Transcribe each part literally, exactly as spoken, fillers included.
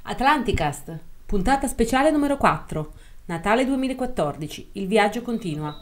Atlanticast, puntata speciale numero quattro, Natale duemilaquattordici, il viaggio continua.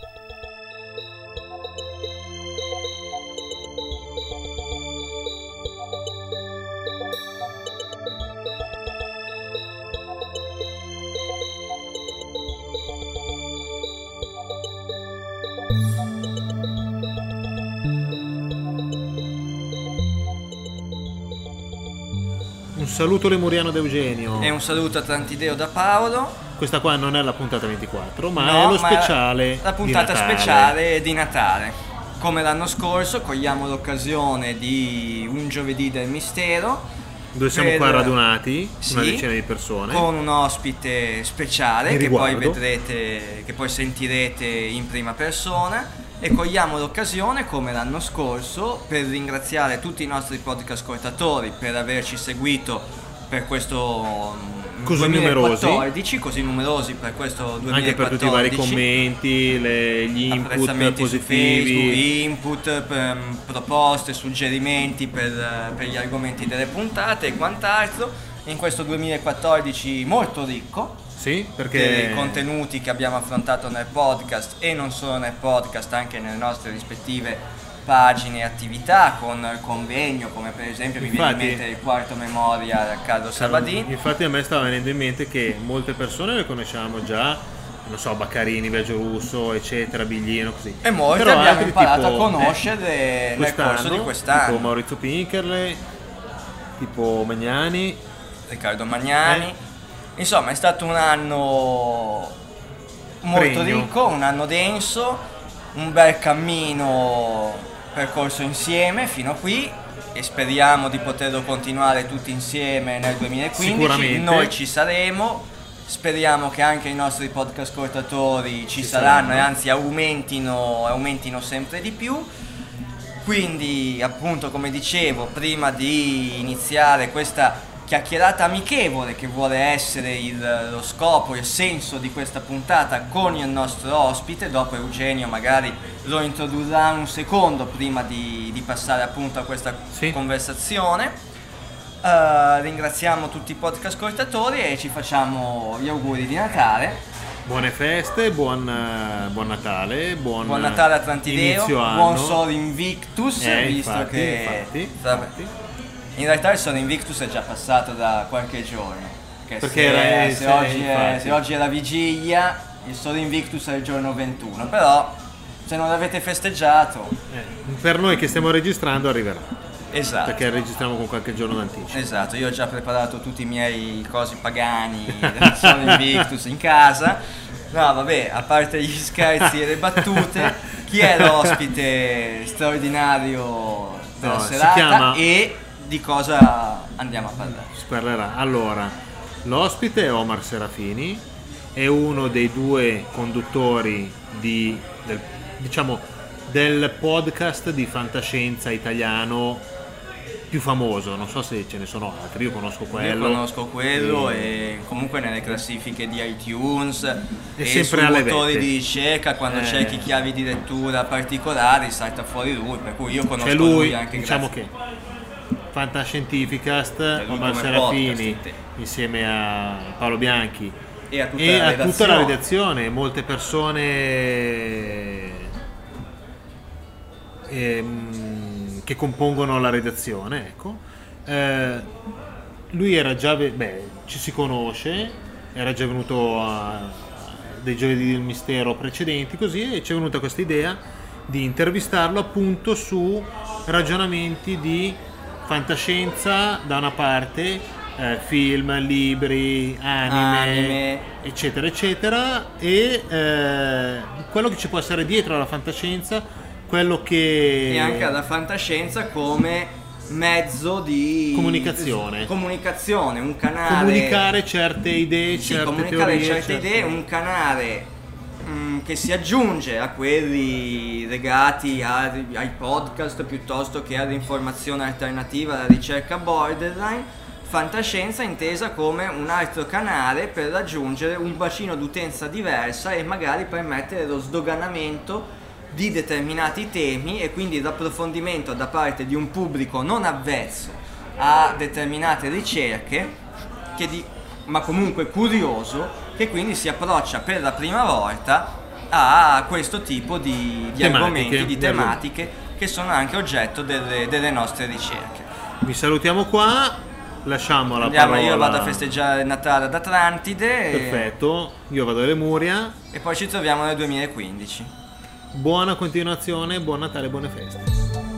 Un saluto lemuriano da Eugenio. E un saluto atlantideo da Paolo. Questa qua non è la puntata ventiquattro, ma no, è lo ma speciale la puntata di Natale. speciale di Natale. Come l'anno scorso cogliamo l'occasione di un giovedì del mistero, dove siamo per... qua radunati, sì, una decina di persone, con un ospite speciale di che poi riguardo. vedrete, che poi sentirete in prima persona. E cogliamo l'occasione, come l'anno scorso, per ringraziare tutti i nostri podcast ascoltatori per averci seguito per questo così duemilaquattordici, così numerosi per questo duemilaquattordici, anche per tutti i vari commenti, le, gli input positivi, su Facebook, input, per, proposte, suggerimenti per, per gli argomenti delle puntate e quant'altro. In questo duemilaquattordici molto ricco, sì, perché dei contenuti che abbiamo affrontato nel podcast e non solo nel podcast, anche nelle nostre rispettive pagine e attività, con il convegno, come per esempio mi viene in mente il quarto memoria a Carlo Sabadin. Infatti a me stava venendo in mente che molte persone le conosciamo già, non so, Baccarini, Viaggio Russo, eccetera, Biglino, così. E molte Però abbiamo altri, imparato tipo, a conoscerle eh, nel corso di quest'anno. Tipo Maurizio Pinkerle, tipo Magnani, Riccardo Magnani. Eh. Insomma, è stato un anno molto Pregno. ricco, un anno denso, un bel cammino percorso insieme fino a qui e speriamo di poterlo continuare tutti insieme nel duemilaquindici. Sicuramente. Noi ci saremo, speriamo che anche i nostri podcast ascoltatori ci, Ci saranno, saranno e anzi aumentino, aumentino sempre di più. Quindi, appunto, come dicevo, prima di iniziare questa chiacchierata amichevole che vuole essere il, lo scopo, il senso di questa puntata con il nostro ospite, dopo Eugenio magari lo introdurrà un secondo prima di, di passare appunto a questa sì. conversazione. Uh, ringraziamo tutti i podcast ascoltatori e ci facciamo gli auguri di Natale. Buone feste, buon, buon Natale, buon, buon Natale Atlantideo, inizio anno. Buon Sol Invictus, eh, visto infatti, che infatti, infatti. in realtà il Sol Invictus è già passato da qualche giorno, perché, perché se, era, se, se, oggi è, infatti. se oggi è la vigilia, il Sol Invictus è il giorno ventuno, però se non l'avete festeggiato, eh, per noi che stiamo registrando arriverà. Esatto. Perché registriamo con qualche giorno d'anticipo. Esatto, io ho già preparato tutti i miei cosi pagani del Sol Invictus in casa. No, vabbè, a parte gli scherzi e le battute, chi è l'ospite straordinario della No, serata si chiama... e di cosa andiamo a parlare? Si parlerà. Allora, l'ospite è Omar Serafini, è uno dei due conduttori di, del, diciamo, del podcast di fantascienza italiano più famoso, non so se ce ne sono altri, io conosco quello. Io conosco quello e, e comunque nelle classifiche di iTunes è e sempre sui alle motori vette. di ricerca, quando Eh. cerchi chiavi di lettura particolari salta fuori lui, per cui io conosco C'è lui, lui anche diciamo grazie. che Fantascientificast, lui Omar come Serafini podcast, insieme a Paolo Bianchi e a tutta, e la, a redazione. tutta la redazione, molte persone ehm, che compongono la redazione, ecco. Eh, lui era già, beh, ci si conosce, era già venuto a dei giovedì del mistero precedenti, così, e ci è venuta questa idea di intervistarlo appunto su ragionamenti di fantascienza da una parte, eh, film, libri, anime, Anime. eccetera eccetera, e eh, quello che ci può essere dietro alla fantascienza, quello che E anche alla fantascienza come mezzo di comunicazione, comunicazione, un canale, comunicare certe idee, sì, certe comunicare teorie, certe certe... idee, un canale mh, che si aggiunge a quelli legati a, ai podcast piuttosto che all'informazione alternativa, alla ricerca borderline. Fantascienza intesa come un altro canale per raggiungere un bacino d'utenza diversa e magari permettere lo sdoganamento di determinati temi e quindi l'approfondimento da parte di un pubblico non avvezzo a determinate ricerche che di, ma comunque curioso, che quindi si approccia per la prima volta a questo tipo di, di Tematiche, argomenti, di di tematiche che sono anche oggetto delle, delle nostre ricerche. Vi salutiamo qua, lasciamo la Andiamo, parola. io vado a festeggiare il Natale ad Atlantide. Perfetto, io vado a Lemuria. E, e poi ci troviamo nel duemilaquindici. Buona continuazione, buon Natale, buone feste.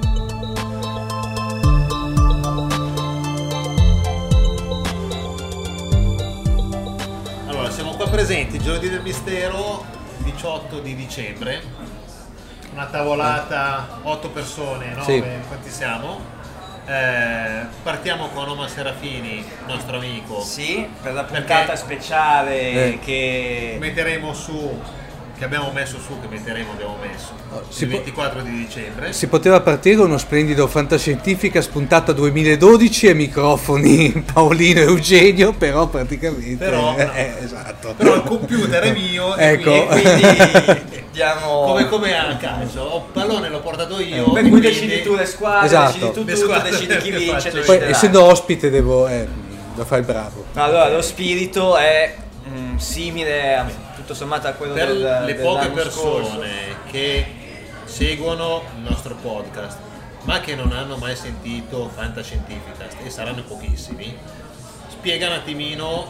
Allora, siamo qua presenti, giovedì del mistero, diciotto di dicembre. Una tavolata, otto persone, nove, Sì. quanti siamo? Eh, partiamo con Omar Serafini, nostro amico. Sì, per la Perché- puntata speciale Eh. che Metteremo su, che abbiamo messo su, che metteremo, abbiamo messo, si il può- ventiquattro di dicembre. Si poteva partire con uno splendido Fantascientifica spuntata duemiladodici e microfoni Paolino e Eugenio, però praticamente Però, eh, no. eh, esatto. Però il computer è mio e Ecco. quindi, quindi diamo come, come a calcio, ho il pallone l'ho portato io. per e cui quindi- decidi tu le squadre, Esatto. decidi tu Le tutto, squadre decidi chi che vince, faccio io. decidi Poi l'altro. essendo ospite devo eh, da fare il bravo. Allora, lo spirito è mm, simile a, tutto sommato a quello Per del, le poche dell'anno persone scorso. che seguono il nostro podcast ma che non hanno mai sentito Fantascientificast, e saranno pochissimi, spiega un attimino.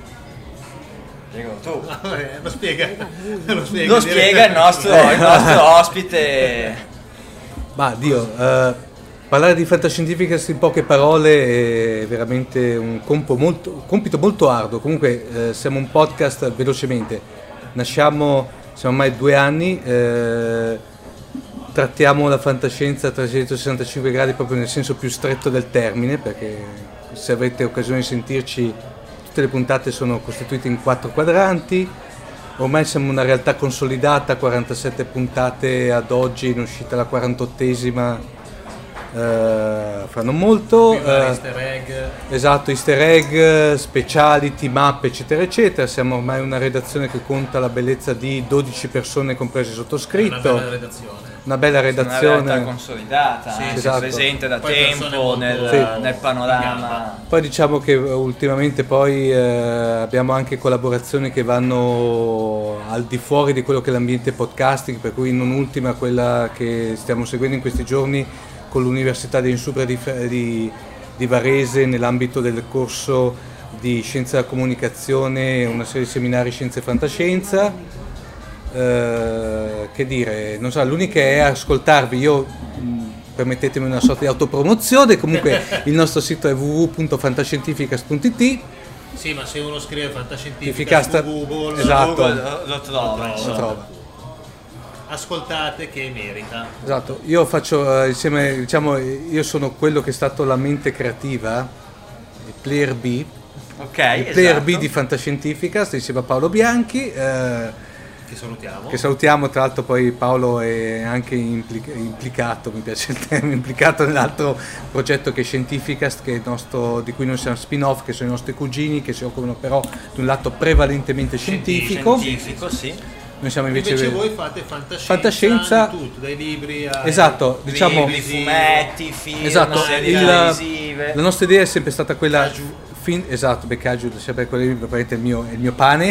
Prego, tu. Vabbè, lo spiega, lo spiega, Lo spiega il nostro, il nostro ospite. Ma Dio, eh, parlare di Fantascientifica in poche parole è veramente un compo molto- un compito molto arduo. Comunque eh, siamo un podcast, velocemente, nasciamo, siamo ormai due anni, eh, trattiamo la fantascienza a trecentosessantacinque gradi proprio nel senso più stretto del termine, perché se avrete occasione di sentirci, tutte le puntate sono costituite in quattro quadranti. Ormai siamo una realtà consolidata, quarantasette puntate ad oggi, in uscita la quarantottesima, eh, fra non molto. Viva eh, Easter egg. Esatto, easter egg, speciality, mappe, eccetera, eccetera. Siamo ormai una redazione che conta la bellezza di dodici persone, comprese È sottoscritto. una bella redazione. Una bella Una realtà redazione. consolidata, Sì, anche esatto. presente da Poi persone tempo molto- nel, Sì. nel in panorama. gamba. Poi diciamo che ultimamente poi eh, abbiamo anche collaborazioni che vanno al di fuori di quello che è l'ambiente podcasting, per cui non ultima quella che stiamo seguendo in questi giorni con l'Università di Insubria di, di, di Varese nell'ambito del corso di Scienza della Comunicazione, una serie di seminari Scienza e Fantascienza. Eh, che dire, non so, l'unica è ascoltarvi. Io mh, permettetemi una sorta di autopromozione, comunque il nostro sito è w w w punto fantascientificast punto i t. Sì, ma se uno scrive Fantascientifica Fantascientificast, su Google, esatto. Google lo, lo trova, Lo insomma. Lo trova. ascoltate che merita. Esatto, io faccio eh, insieme, diciamo, io sono quello che è stato la mente creativa, il player B, Ok, il player esatto. B di Fantascientificast insieme a Paolo Bianchi, eh, Che salutiamo. che salutiamo. Tra l'altro poi Paolo è anche implica- implicato, mi piace il termine, implicato nell'altro progetto che è Scientificast, che è il nostro, di cui noi siamo spin-off, che sono i nostri cugini, che si occupano però di un lato prevalentemente scientifico. Scientifico, sì. Noi siamo invece, Invece voi fate fantascienza, Fantascienza- di tutto, dai libri a Esatto, diciamo- Libri, fumetti, film, esatto, serie il- televisive. la nostra idea è sempre stata quella Caju. fin- esatto, Beccaggiù, sempre quello lì, praticamente il mio, è il mio pane.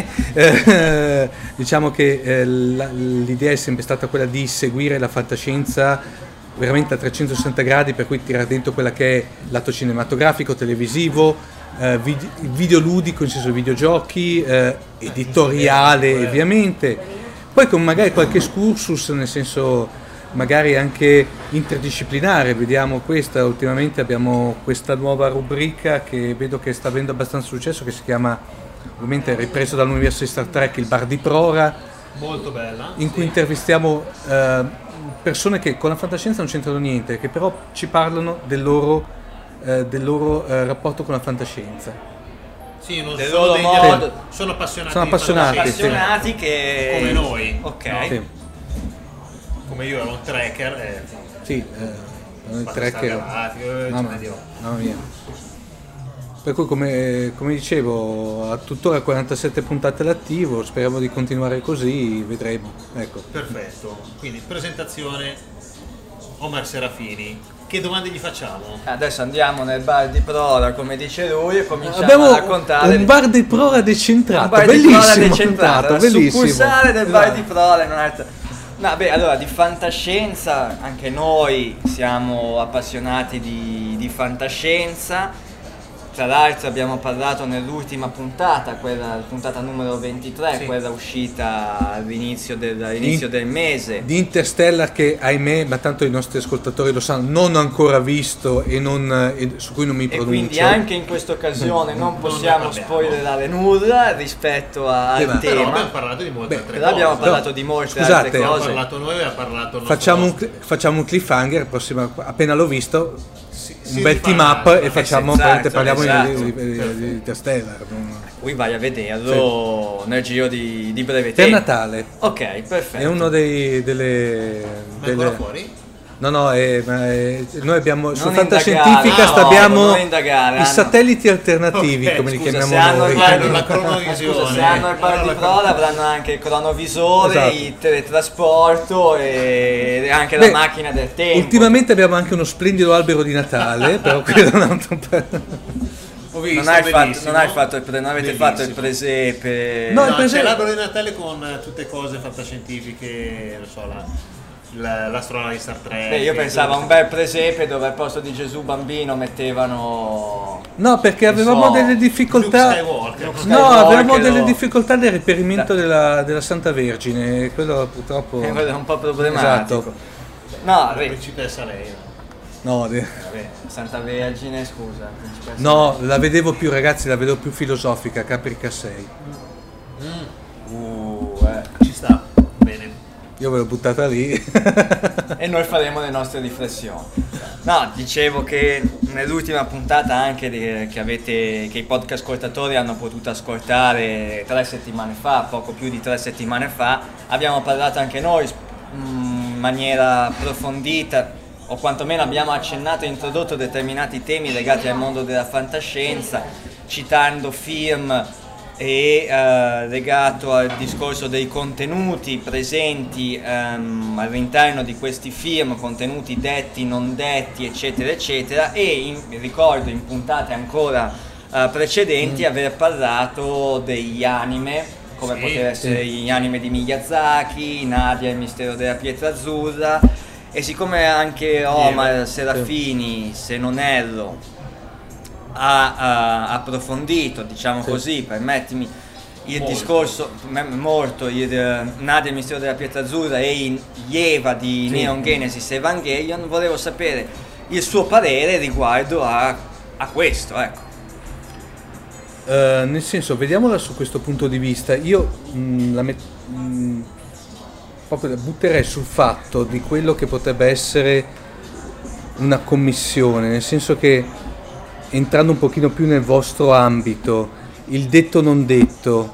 Eh, diciamo che eh, la- l'idea è sempre stata quella di seguire la fantascienza veramente a trecentosessanta gradi, per cui tirare dentro quella che è lato cinematografico, televisivo, eh, vid- videoludico, in senso videogiochi, eh, editoriale ovviamente, poi con magari qualche excursus, nel senso magari anche interdisciplinare. Vediamo questa, ultimamente abbiamo questa nuova rubrica che vedo che sta avendo abbastanza successo, che si chiama, ovviamente ripreso dall'universo di Star Trek, il Bar di Prora, molto bella. in cui sì. intervistiamo eh, persone che con la fantascienza non c'entrano niente, che però ci parlano del loro, eh, del loro eh, rapporto con la fantascienza. Sì, non Del sono loro degli- modo. sono appassionati, Sono di appassionati, fantascienza, Appassionati che... come noi. Ok. no? Sì, Come io ero un tracker, eh, sì, eh, il basta tracker, stare avanti, eh, mamma, ci vediamo. mamma mia. Per cui come, come dicevo, ha tuttora quarantasette puntate all'attivo, speriamo di continuare così, vedremo. Ecco. Perfetto. Quindi presentazione Omar Serafini. che domande gli facciamo? Adesso andiamo nel bar di Prora, come dice lui, e cominciamo Abbiamo a raccontare un bar di Prora decentrato, un bar bellissimo, di Prora decentrato, la bellissimo. succursale del bar Esatto. di Prora in un'altra. No, beh, allora di fantascienza, anche noi siamo appassionati di, di fantascienza. Tra l'altro abbiamo parlato nell'ultima puntata, quella puntata numero ventitré, Sì. quella uscita all'inizio del, all'inizio In- del mese. Di Interstellar, che ahimè, ma tanto i nostri ascoltatori lo sanno, non ho ancora visto e, non, e su cui non mi E pronuncio. quindi anche in questa occasione non possiamo ne parliamo. spoilerare nulla rispetto a- Eh, al ma- Però tema. abbiamo parlato di molte Beh, altre Però cose. abbiamo parlato Però, di molte scusate, altre Abbiamo cose. parlato noi, abbiamo parlato il nostro Facciamo un, ospite. facciamo un cliffhanger, prossima, appena l'ho visto, si un bel rifà team un up attimo, e eh, facciamo, esatto, parliamo di- esatto. di, di, di, di Interstellar. non- Qui vai a vederlo nel giro di, di breve Per tempo. Natale. Ok, perfetto. È uno dei delle, Ma è ancora delle- fuori? No, no, è- ma è- noi abbiamo su Non Fantascientifica indagare, no, abbiamo non indagare, i hanno- satelliti alternativi, Ok, come li scusa, chiamiamo se hanno noi. il Hanno bar la di- cronovisione. Scusa, se hanno il bar Hanno di la Prora avranno anche il cronovisore, Esatto. il teletrasporto e anche Beh, la macchina del tempo. Ultimamente abbiamo anche uno splendido albero di Natale, però quello è un altro po'. Ho visto, non, hai fatto, bellissimo. non hai fatto il pre- non avete Bellissimo. fatto il presepe. No, No, il c'è presepe- l'albero di Natale con eh, tutte cose fantascientifiche, non so, la, la, l'astronave di Star Trek. Beh, io e pensavo a tutte un bel presepe dove al posto di Gesù bambino mettevano. No, perché Non avevamo so, delle Luke difficoltà. Skywalker. Luke No, Skywalker, avevamo delle no. difficoltà nel reperimento della, della Santa Vergine, e quello purtroppo. Eh, quello è un po' problematico. Esatto. No, La beh, principessa Leia. No, de- vabbè, Santa Vergine, scusa. principessa. no, la vedevo più, ragazzi, la vedevo più filosofica, Caprica sei. Uh, eh. Ci sta, bene. Io ve l'ho buttata lì. E noi faremo le nostre riflessioni. No, dicevo che nell'ultima puntata anche di- che avete che i podcast ascoltatori hanno potuto ascoltare tre settimane fa, poco più di tre settimane fa, abbiamo parlato anche noi mm, in maniera approfondita, o quantomeno abbiamo accennato e introdotto determinati temi legati al mondo della fantascienza, citando film e eh, legato al discorso dei contenuti presenti ehm, all'interno di questi film, contenuti detti, non detti, eccetera, eccetera, e in, ricordo in puntate ancora eh, precedenti Mm. aver parlato degli anime, come Sì, poteva essere sì. gli anime di Miyazaki, Nadia e il mistero della pietra azzurra, e siccome anche Omar Serafini, se non erro, ha, ha approfondito, diciamo Sì. così, permettimi il Molto. discorso m- molto il, eh, Nadia e il mistero della pietra azzurra e in Eva di Sì. Neon Genesis Evangelion, volevo sapere il suo parere riguardo a, a questo, ecco. Eh, nel senso, vediamola su questo punto di vista. Io mh, la met- mh, proprio la butterei sul fatto di quello che potrebbe essere una commissione, nel senso che, entrando un pochino più nel vostro ambito, il detto non detto,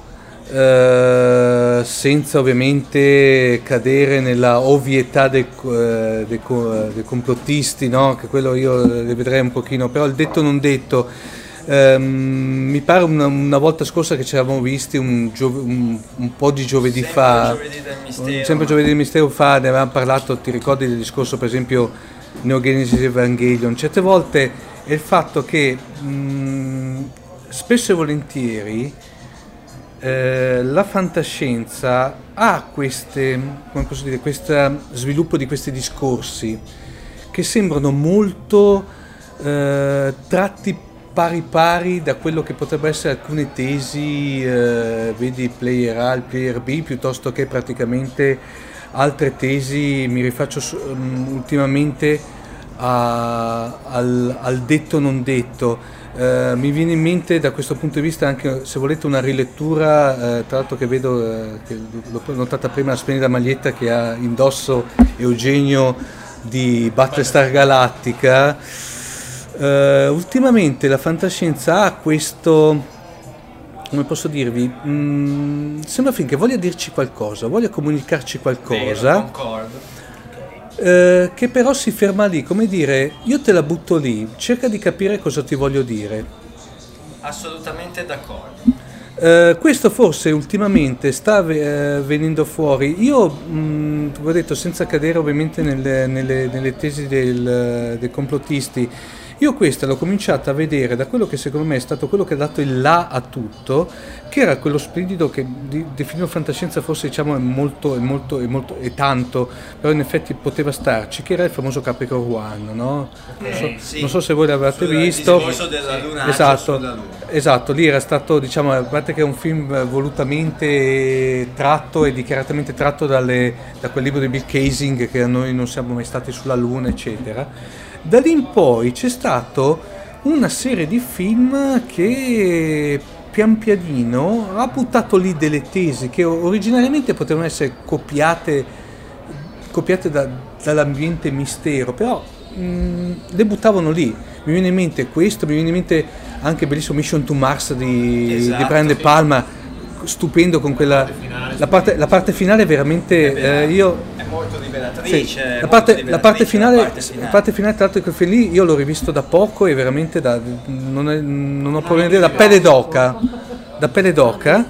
eh, senza ovviamente cadere nella ovvietà dei, eh, dei co- dei complottisti, no? Che quello io le vedrei un pochino, però il detto non detto, ehm, mi pare una, una volta scorsa che ci eravamo visti un, giove- un- un po' di giovedì Sempre fa, giovedì del mistero, sempre ma- giovedì del mistero fa, ne avevamo parlato, ti ricordi del discorso per esempio Neogenesis Evangelion, certe volte è il fatto che mh, spesso e volentieri eh, la fantascienza ha queste, come posso dire, questo sviluppo di questi discorsi che sembrano molto eh, tratti pari pari da quello che potrebbero essere alcune tesi, eh, vedi player A, il player B, piuttosto che praticamente altre tesi. Mi rifaccio su- um, ultimamente a- al, al detto non detto. Eh, mi viene in mente da questo punto di vista anche, se volete, una rilettura, eh, tra l'altro che vedo, eh, che l'ho notata prima, la splendida maglietta che ha indosso Eugenio di Battlestar Galactica. Eh, ultimamente la fantascienza ha questo, come posso dirvi, mh, sembra finché voglia dirci qualcosa, voglia comunicarci qualcosa, Vero, concordo. eh, che però si ferma lì, come dire, io te la butto lì, cerca di capire cosa ti voglio dire. Assolutamente d'accordo. Uh, questo forse ultimamente sta uh, venendo fuori. Io mh, vi ho detto, senza cadere ovviamente nelle, nelle, nelle tesi del, dei complottisti, io questa l'ho cominciata a vedere da quello che secondo me è stato quello che ha dato il là a tutto, che era quello splendido che di, definire fantascienza forse diciamo è molto, è molto, è molto, è tanto, però in effetti poteva starci, che era il famoso Capricorn One, no? Okay, non, so, sì. non so se voi l'avete Sul visto. discorso della lunaggio Esatto, sulla Luna. esatto, lì era stato, diciamo, a parte che è un film volutamente tratto e dichiaratamente tratto dalle, da quel libro di Bill Kaysing, che noi non siamo mai stati sulla Luna, eccetera. Da lì in poi c'è stato una serie di film che pian pianino ha buttato lì delle tesi che originariamente potevano essere copiate, copiate da, dall'ambiente mistero, però mh, le buttavano lì. Mi viene in mente questo, mi viene in mente anche bellissimo Mission to Mars di, esatto, di Brian De Palma, stupendo con quella... La parte, la parte finale è veramente... Eh, io, è molto rivelatrice. sì, è la, parte, molto la, parte finale, la parte finale, la parte finale tra l'altro di quel film lì io l'ho rivisto da poco e veramente da, non, è, non ho problemi di dire, da pelle d'oca, da pelle d'oca,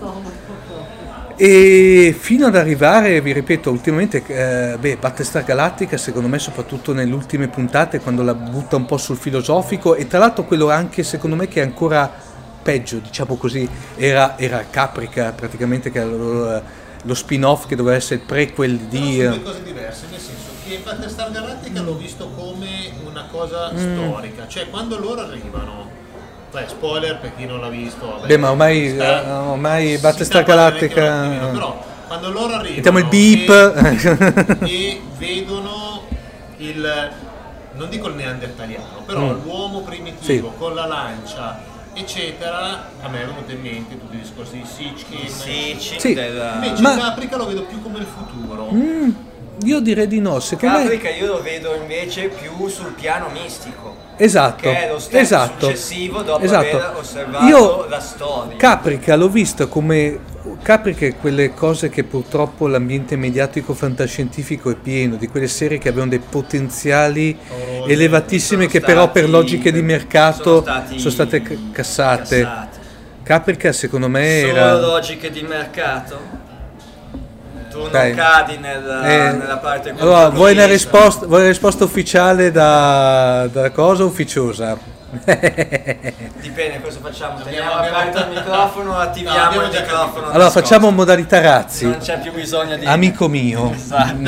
e fino ad arrivare, vi ripeto, ultimamente, eh, beh, Battlestar Galactica secondo me soprattutto nelle ultime puntate, quando la butta un po' sul filosofico, e tra l'altro quello anche secondo me che è ancora peggio, diciamo così, era, era Caprica praticamente, che era lo, lo spin-off che doveva essere il prequel di... Però sono due cose diverse, nel senso che Battlestar Galactica l'ho visto come una cosa mm. storica, cioè quando loro arrivano, beh, spoiler per chi non l'ha visto, vabbè, beh, ma ormai, sta, ormai Battlestar Galactica... Meno, però quando loro arrivano mettiamo il beep e, e vedono il, non dico il neandertaliano, però mm. l'uomo primitivo sì. con la lancia eccetera, a me è venuto in mente tutti i discorsi di Sitchkin, Sitchkin sì. della... invece Ma... Caprica lo vedo più come il futuro. Mm, io direi di no, secondo Caprica me... io lo vedo invece più sul piano mistico. Esatto, che è lo step esatto, successivo dopo esatto. aver osservato io, la storia. Caprica l'ho visto come... Caprica è quelle cose che purtroppo l'ambiente mediatico fantascientifico è pieno, di quelle serie che avevano dei potenziali oh, elevatissimi che però per logiche di mercato sono, sono state cassate. cassate. Caprica secondo me Solo era... logiche di mercato? Tu non Dai. cadi nel, eh, nella parte allora, vuoi la risposta, vuoi la risposta ufficiale da, da cosa ufficiosa? Dipende cosa facciamo, teniamo aperto il microfono, attiviamo no, il microfono. Allora facciamo modalità razzi. Non c'è più bisogno di... Amico mio. Esatto.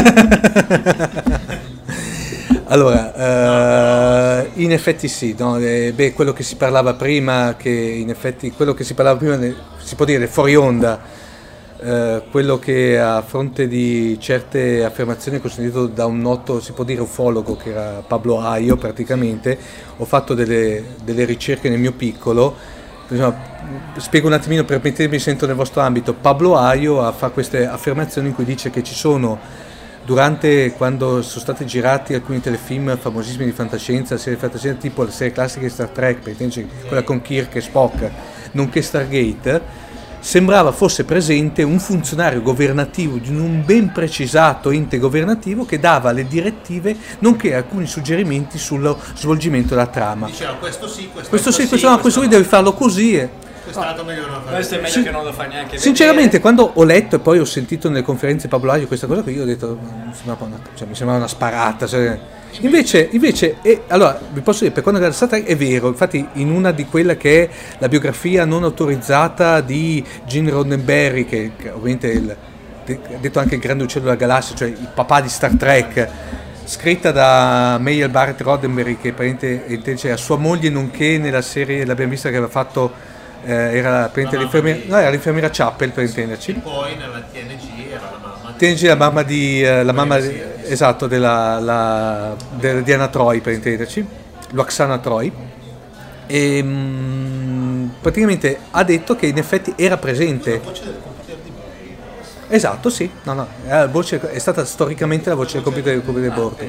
Allora, uh, in effetti sì, no? eh, beh, quello che si parlava prima, che in effetti quello che si parlava prima, si può dire fuori onda, Uh, quello che a fronte di certe affermazioni che ho sentito da un noto, si può dire ufologo, che era Pablo Aio praticamente, ho fatto delle, delle ricerche nel mio piccolo. Insomma, spiego un attimino per mettermi sento nel vostro ambito. Pablo Aio fa queste affermazioni in cui dice che ci sono, durante quando sono stati girati alcuni telefilm famosissimi di fantascienza, serie di fantascienza tipo la serie classica di Star Trek, per esempio quella con Kirk e Spock, nonché Stargate, sembrava fosse presente un funzionario governativo di un ben precisato ente governativo che dava le direttive nonché alcuni suggerimenti sullo svolgimento della trama. Diceva questo sì, questo, questo sì, sì, questo no, questo qui devi farlo così. E... Questo, meglio non questo è meglio sì. che non lo fa neanche sinceramente vedere. Quando ho letto e poi ho sentito nelle conferenze Pablo Aio questa cosa qui, io ho detto mi sembrava una, cioè, mi sembrava una sparata, cioè. Invece, invece e, allora vi posso dire, per quanto riguarda Star Trek è vero, infatti in una di quella che è la biografia non autorizzata di Gene Roddenberry, che, che ovviamente è il, detto anche il grande uccello della galassia, cioè il papà di Star Trek, scritta da Mayel Barrett Roddenberry, che praticamente cioè, a sua moglie, nonché nella serie, l'abbiamo vista che aveva fatto, eh, era l'infermiera, no, era l'infermiera Chapel, per intenderci. E poi nella T N G era la mamma T N G, la mamma di eh, la mamma di, esatto della la, de, di Anna Troy, per intenderci, Loxana Troy, e mh, praticamente ha detto che in effetti era presente. La voce del computer di Borg. Esatto, sì, no, no, è, voce, è stata storicamente la voce del computer del computer di Borg.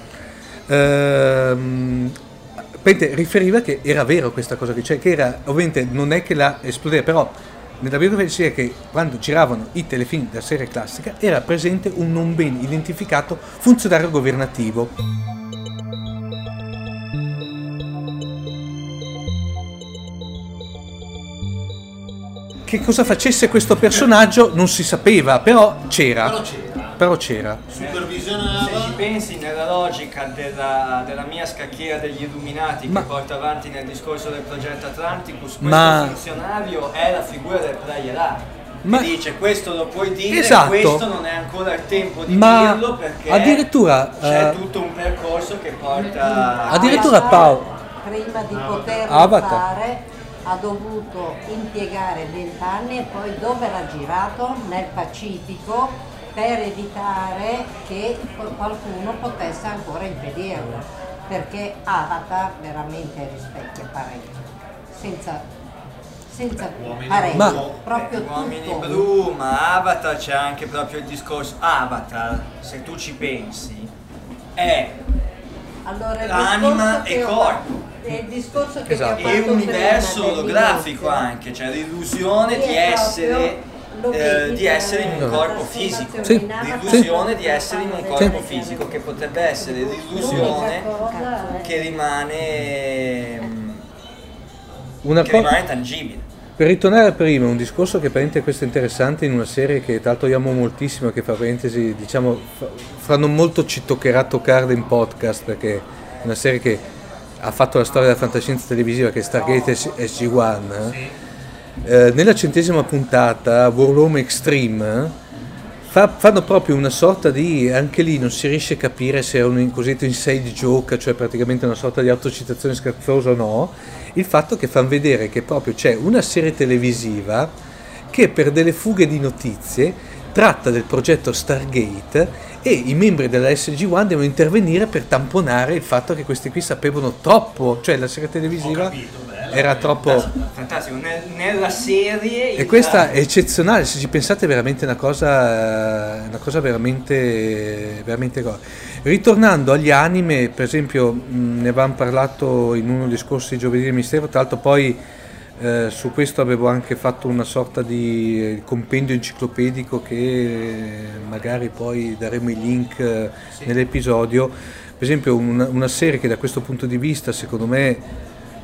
Ehm, riferiva che era vero questa cosa qui, cioè che era, ovviamente non è che la esplodeva, però nella biografia dice che quando giravano i telefilm della serie classica era presente un non ben identificato funzionario governativo. che cosa facesse questo personaggio non si sapeva, però c'era. Però c'era. Però c'era. Supervisionava. Se ci pensi nella logica della, della mia scacchiera degli Illuminati Ma- che porta avanti nel discorso del progetto Atlanticus, questo Ma- funzionario è la figura del player art. Ma- Che dice questo lo puoi dire, Esatto. questo non è ancora il tempo di Ma dirlo perché addirittura, c'è eh, tutto un percorso che porta addirittura Paolo, prima di poterlo Avatar. fare ha dovuto impiegare vent'anni e poi dove l'ha girato? Nel Pacifico, per evitare che qualcuno potesse ancora impedirlo, perché Avatar veramente rispecchia parecchio, senza, senza parecchio, Ma- proprio Uomini tutto. blu, ma Avatar c'è anche proprio il discorso. Avatar, se tu ci pensi, è Allora, il l'anima discorso che e ho corpo. fatto- è il discorso che Esatto. ti ho e fatto universo prima olografico dell'inizio. anche, cioè l'illusione Sì, di è essere, proprio- lo eh, vedi di essere in per un la corpo trasformazione fisico, Sì. in Avatar, l'illusione che di essere in un fanno corpo vedere fisico, che potrebbe essere l'illusione l'unica cosa è- che rimane, mm, una che cosa. rimane tangibile. Per ritornare a prima, un discorso che praticamente questo è interessante in una serie che tra l'altro io amo moltissimo, che fra parentesi diciamo fra, fra non molto ci toccherà toccare in podcast, perché è una serie che ha fatto la storia della fantascienza televisiva, che è Stargate S G uno. Eh, nella centesima puntata, Warhome Extreme, fa- fanno proprio una sorta di, anche lì non si riesce a capire se è un cosiddetto inside joke, cioè praticamente una sorta di autocitazione scherzosa o no, il fatto che fanno vedere che proprio c'è una serie televisiva che per delle fughe di notizie tratta del progetto Stargate e i membri della S G uno devono intervenire per tamponare il fatto che questi qui sapevano troppo, cioè la serie televisiva era troppo... Fantastico, nel- nella serie E il- questa è eccezionale, se ci pensate è veramente una cosa, una cosa veramente, veramente cosa. Ritornando agli anime, per esempio mh, ne avevamo parlato in uno dei scorsi giovedì del mistero, tra l'altro poi eh, su questo avevo anche fatto una sorta di eh, compendio enciclopedico che magari poi daremo i link eh, nell'episodio. Per esempio una, una serie che da questo punto di vista secondo me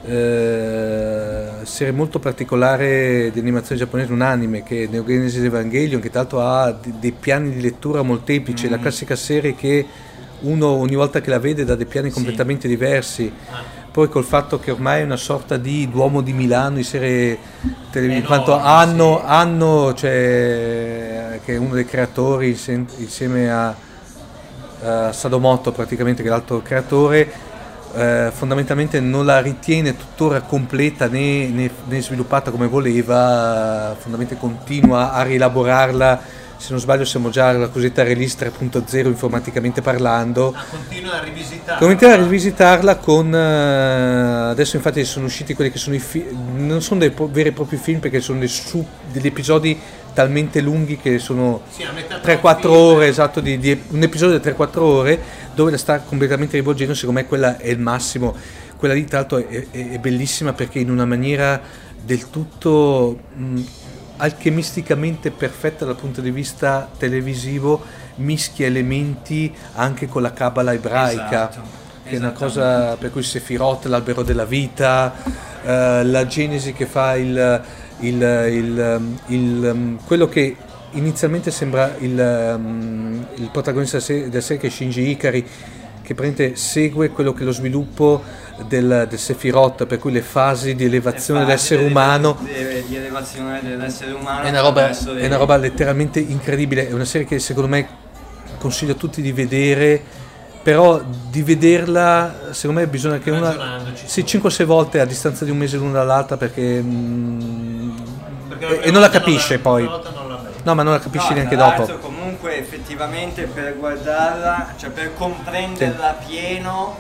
Eh, serie molto particolare di animazione giapponese, un anime che è Neo Genesis Evangelion, che tra l'altro ha de- dei piani di lettura molteplici, la classica serie che uno ogni volta che la vede dà dei piani completamente diversi, poi col fatto che ormai è una sorta di Duomo di Milano di serie televisive, in quanto hanno, hanno cioè, che è uno dei creatori insieme, insieme a, a Sadomoto praticamente, che è l'altro creatore. Eh, fondamentalmente non la ritiene tuttora completa né, né, né sviluppata come voleva, fondamentalmente continua a rielaborarla, se non sbaglio siamo già alla cosiddetta release tre punto zero informaticamente parlando. Ah, continua a rivisitarla. Continua a rivisitarla con eh, adesso infatti sono usciti quelli che sono i film, non sono dei pro- veri e propri film perché sono dei su- degli episodi talmente lunghi che sono Sì, a metà tra tre un quattro film. ore, esatto, di, di un episodio di tre quattro ore dove la sta completamente rivolgendo. Secondo me quella è il massimo, quella lì tra l'altro è, è, è bellissima perché in una maniera del tutto mh, alchemisticamente perfetta dal punto di vista televisivo mischia elementi anche con la cabala ebraica, Esatto, che è una cosa per cui Sefirot, l'albero della vita, eh, la Genesi che fa il, il, il, il quello che inizialmente sembra il, um, il protagonista della serie, che è Shinji Ikari, che praticamente segue quello che è lo sviluppo del, del Sefirot, per cui le fasi di elevazione le fasi dell'essere di- umano. di, di elevazione dell'essere umano È una, roba, attraverso è dei- una roba letteralmente incredibile, è una serie che secondo me consiglio a tutti di vedere, però di vederla secondo me bisogna che una Ragionandoci. sì, cinque sei volte a distanza di un mese l'una dall'altra perché, mm, Perché e, prima e non la volta capisce la- poi, la volta non la vedi. no ma non la capisci No, neanche tra dopo. l'altro comunque effettivamente per guardarla, cioè per comprenderla pieno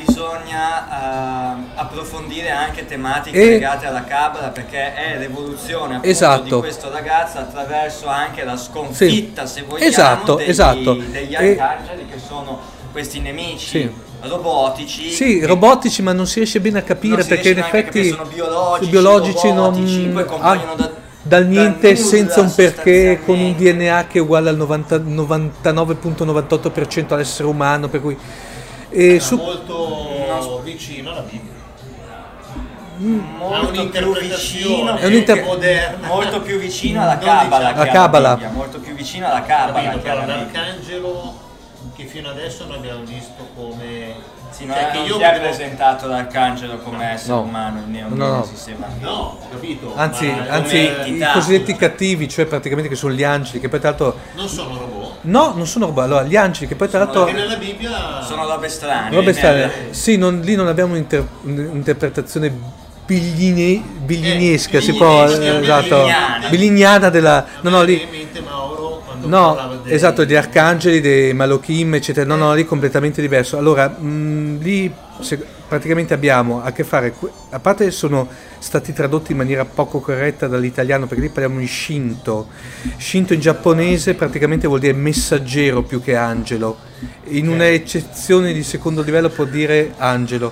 bisogna uh, approfondire anche tematiche E- legate alla Cabala, perché è l'evoluzione appunto Esatto. di questo ragazzo attraverso anche la sconfitta, Sì. se vogliamo, Esatto, degli, esatto. degli E- arcangeli, che sono questi nemici Sì. robotici. Sì, che- robotici, ma non si riesce bene a capire Non si perché in riesce neanche a effetti capire, sono biologici, sui biologici robotici, non poi compaiono ah, da- dal niente, da nulla senza un perché, con un sostanzialmente. D N A che è uguale al novanta novantanove virgola novantotto per cento all'essere umano, per cui e Era su, molto vicino alla Bibbia. molto più vicino, È più un'inter- che- moderna. molto più vicino alla Non Cabala, diciamo- che La alla Cabala. Bibbia, molto più vicino alla Cabala Capito, che però alla Bibbia. l'arcangelo che fino adesso noi abbiamo visto come Sì, non, cioè è- che non io ti ha vedevo- presentato l'arcangelo come essere No. umano, il No, no. neogenesis evangelico. no, capito? Anzi, Ma anzi come- i entità. cosiddetti cattivi, cioè praticamente che sono gli angeli, che poi tra l'altro... non sono robot. No, non sono robot, allora gli angeli che poi tra Sono l'altro... Perché nella Bibbia Sono robe strane. Robe nel- strane. Sì, non- lì non abbiamo un'inter- un'interpretazione bigline- biglinesca, Eh, si può... biglinesca, eh, esatto, biglignana. biglignana della... No, no, lì... in mente Mauro quando No, parlava dei- esatto, gli arcangeli, dei Malachim, eccetera. No, no, lì completamente diverso. Allora, mh, lì se- praticamente abbiamo a che fare, que- a parte sono stati tradotti in maniera poco corretta dall'italiano, perché lì parliamo di Shinto. Shinto in giapponese praticamente vuol dire messaggero più che angelo. In una eccezione di secondo livello può dire angelo.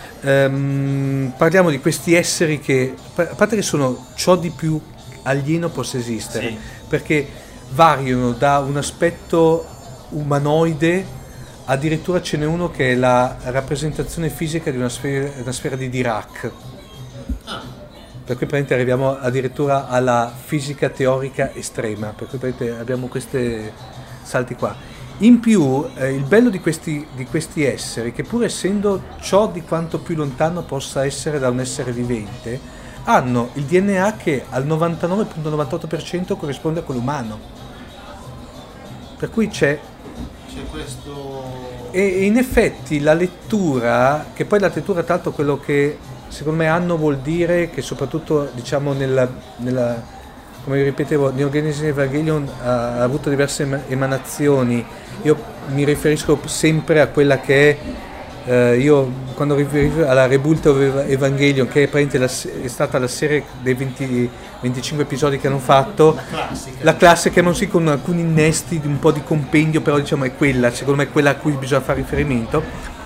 Ehm, parliamo di questi esseri che, a parte che sono ciò di più alieno possa esistere, Sì. perché variano da un aspetto umanoide, addirittura ce n'è uno che è la rappresentazione fisica di una sfera, una sfera di Dirac. Per cui praticamente arriviamo addirittura alla fisica teorica estrema, per cui praticamente abbiamo questi salti qua. In più, eh, il bello di questi, di questi esseri, che pur essendo ciò di quanto più lontano possa essere da un essere vivente, hanno il D N A che al novantanove virgola novantotto per cento corrisponde a quello umano. Per cui c'è... c'è questo E e in effetti la lettura, che poi la lettura tra l'altro quello che secondo me anno vuol dire, che soprattutto diciamo nella, nella come vi ripetevo, Neo Genesis Evangelion ha, ha avuto diverse ema- emanazioni. Io mi riferisco sempre a quella che è, eh, io quando riferisco alla Rebuild of Evangelion, che è, praticamente la se- è stata la serie dei venti, venticinque episodi che hanno fatto, classica. la classe che non si con alcuni innesti di un po' di compendio, però diciamo è quella, secondo me è quella a cui bisogna fare riferimento.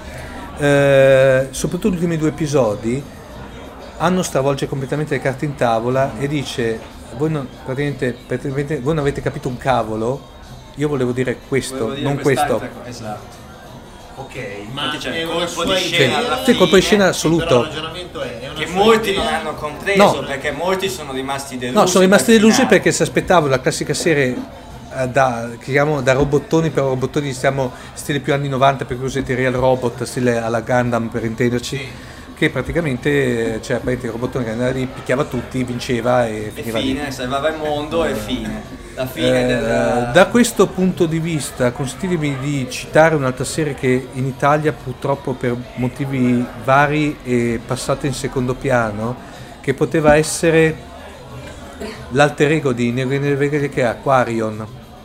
Eh, soprattutto gli ultimi due episodi hanno stravolge completamente le carte in tavola e dice voi non, praticamente, praticamente voi non avete capito un cavolo, io volevo dire questo, Volevo dire non questo. quest'altra co- Esatto. ok, ma Infatti c'è è il una colpo sua di idea, scena alla Sì, colpo di fine, scena però assoluto. il ragionamento è, è una Che sua molti idea. non hanno compreso, No. perché molti sono rimasti delusi. No, sono rimasti dal delusi finale. perché si aspettavano la classica serie eh, da, chiamiamo, da robottoni, però robottoni stiamo stile più anni novanta, per cui usate Real Robot, stile alla Gundam per intenderci, che praticamente eh, c'era praticamente il robottone che andava lì, picchiava tutti, vinceva e E finiva lì. fine, salvava il mondo e fine. La fine Eh, del... Da questo punto di vista, consentitemi di citare un'altra serie che in Italia purtroppo per motivi vari è passata in secondo piano, che poteva essere l'alter ego di Neo Genesis Evangelion, che è Aquarion.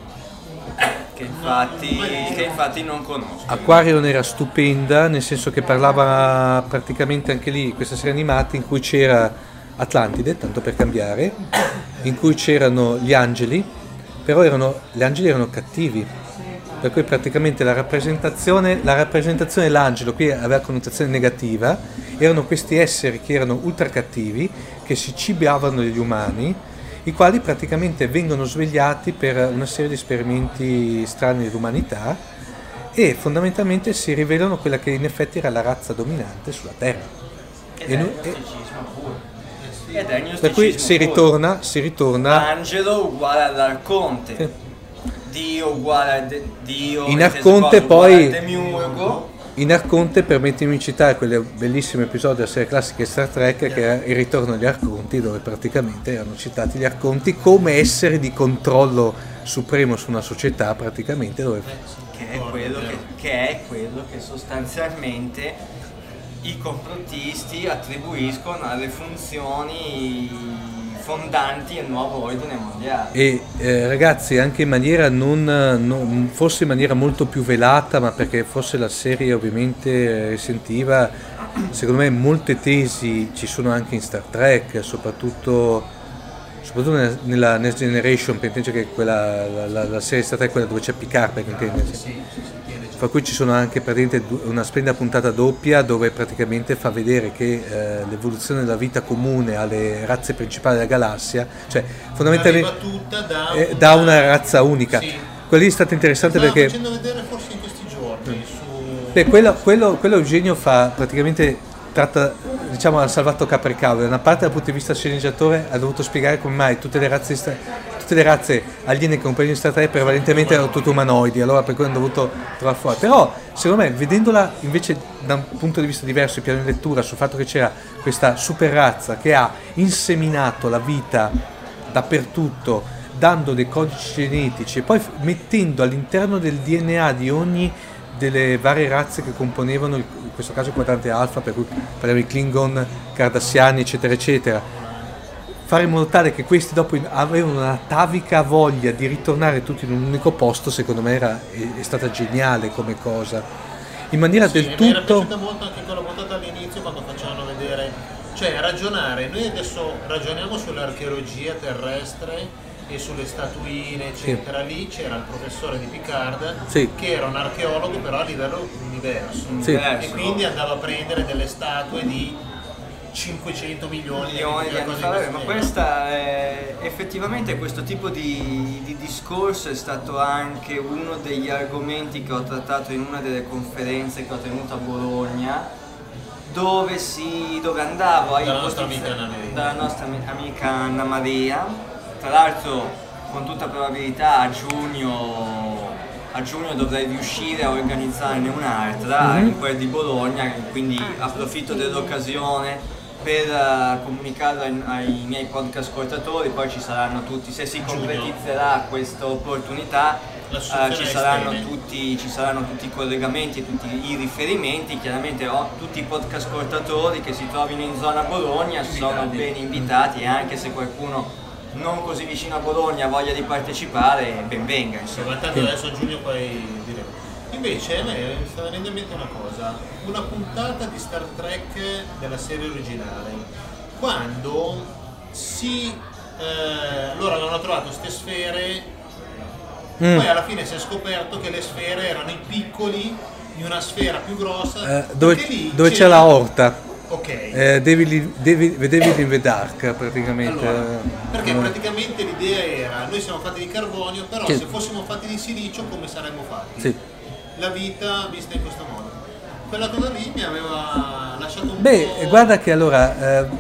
Che infatti, che infatti non conosco. Aquarion era stupenda, nel senso che parlava praticamente anche lì, questa serie animata in cui c'era Atlantide, tanto per cambiare, in cui c'erano gli angeli, però erano, gli angeli erano cattivi, per cui praticamente la rappresentazione, la rappresentazione dell'angelo qui aveva connotazione negativa, erano questi esseri che erano ultra cattivi, che si cibiavano degli umani, i quali praticamente vengono svegliati per una serie di esperimenti strani dell'umanità e fondamentalmente si rivelano quella che in effetti era la razza dominante sulla Terra. Ed E è nu- il e- gnosticismo puro. Ed è il per cui gnosticismo si puro. ritorna, si ritorna Angelo uguale all'arconte. Sì. Dio uguale a de- Dio. In inteso Arconte qua uguale poi- al Demiurgo. in Arconte, permettimi di citare quel bellissimo episodio della serie classica di Star Trek che era Il ritorno degli Arconti, dove praticamente erano citati gli Arconti come esseri di controllo supremo su una società, praticamente, dove Che è quello che, che è quello che sostanzialmente i complottisti attribuiscono alle funzioni fondanti del nuovo ordine mondiale. e eh, ragazzi, anche in maniera non, non- forse in maniera molto più velata, ma perché forse la serie ovviamente eh, risentiva, secondo me molte tesi ci sono anche in Star Trek, soprattutto soprattutto nella, nella Next Generation, per intendere che quella, la, la, la serie Star Trek, quella dove c'è Picard, per intendersi. Fra cui ci sono anche praticamente du- una splendida puntata doppia dove praticamente fa vedere che eh, l'evoluzione della vita comune alle razze principali della galassia, cioè fondamentalmente Arriva tutta da, eh, una- da una razza unica. Sì. Quella lì è stata interessante Stava perché facendo vedere forse in questi giorni su beh, quello, quello, quello Eugenio fa praticamente tratta, diciamo, ha salvato Capricavo. Da una parte dal punto di vista sceneggiatore ha dovuto spiegare come mai tutte le razze, sta- tutte le razze aliene che compaiono in Star Trek prevalentemente erano tutte umanoidi, allora per cui hanno dovuto trovare fuori. Però secondo me, vedendola invece da un punto di vista diverso, il piano di lettura, sul fatto che c'era questa super razza che ha inseminato la vita dappertutto, dando dei codici genetici e poi f- mettendo all'interno del D N A di ogni delle varie razze che componevano il, in questo caso il quadrante alfa, per cui parliamo di Klingon, Cardassiani, eccetera eccetera, fare in modo tale che questi dopo avevano una atavica voglia di ritornare tutti in un unico posto, secondo me era, è, è stata geniale come cosa, in maniera Sì, del mi era tutto... piaciuta molto anche quella puntata all'inizio quando facevano vedere, cioè ragionare, noi adesso ragioniamo sull'archeologia terrestre e sulle statuine eccetera, sì. Lì c'era il professore di Picard, sì, che era un archeologo però a livello universo, sì, e quindi andava a prendere delle statue di cinquecento milioni, milioni di anni fa, ma questa è, effettivamente questo tipo di, di discorso è stato anche uno degli argomenti che ho trattato in una delle conferenze che ho tenuto a Bologna, dove, si, dove andavo a dalla nostra amica Anna Maria. dalla nostra amica Anna Maria. Tra l'altro con tutta probabilità a giugno, a giugno dovrei riuscire a organizzarne un'altra, mm-hmm, in quel di Bologna, quindi approfitto dell'occasione per uh, comunicarlo ai, ai miei podcast ascoltatori. Poi ci saranno tutti, se si concretizzerà questa opportunità, uh, ci, saranno tutti, ci saranno tutti i collegamenti e tutti i riferimenti. Chiaramente ho tutti i podcast ascoltatori che si trovino in zona Bologna sono ben invitati, e anche se qualcuno non così vicino a Bologna voglia di partecipare, ben venga, insomma. Tanto adesso a giugno poi diremo. Invece a me mi sta venendo in mente una cosa, una puntata di Star Trek della serie originale, quando si eh, loro avevano trovato queste sfere, mm, poi alla fine si è scoperto che le sfere erano i piccoli di una sfera più grossa, eh, dove, lì dove c'è la orta. Ok. Eh, David, David, David in the Dark praticamente. Allora, perché eh. praticamente l'idea era, noi siamo fatti di carbonio, però sì, se fossimo fatti di silicio come saremmo fatti? Sì. La vita vista in questo modo. Quella cosa lì mi aveva lasciato un Beh, po'... guarda che allora, eh,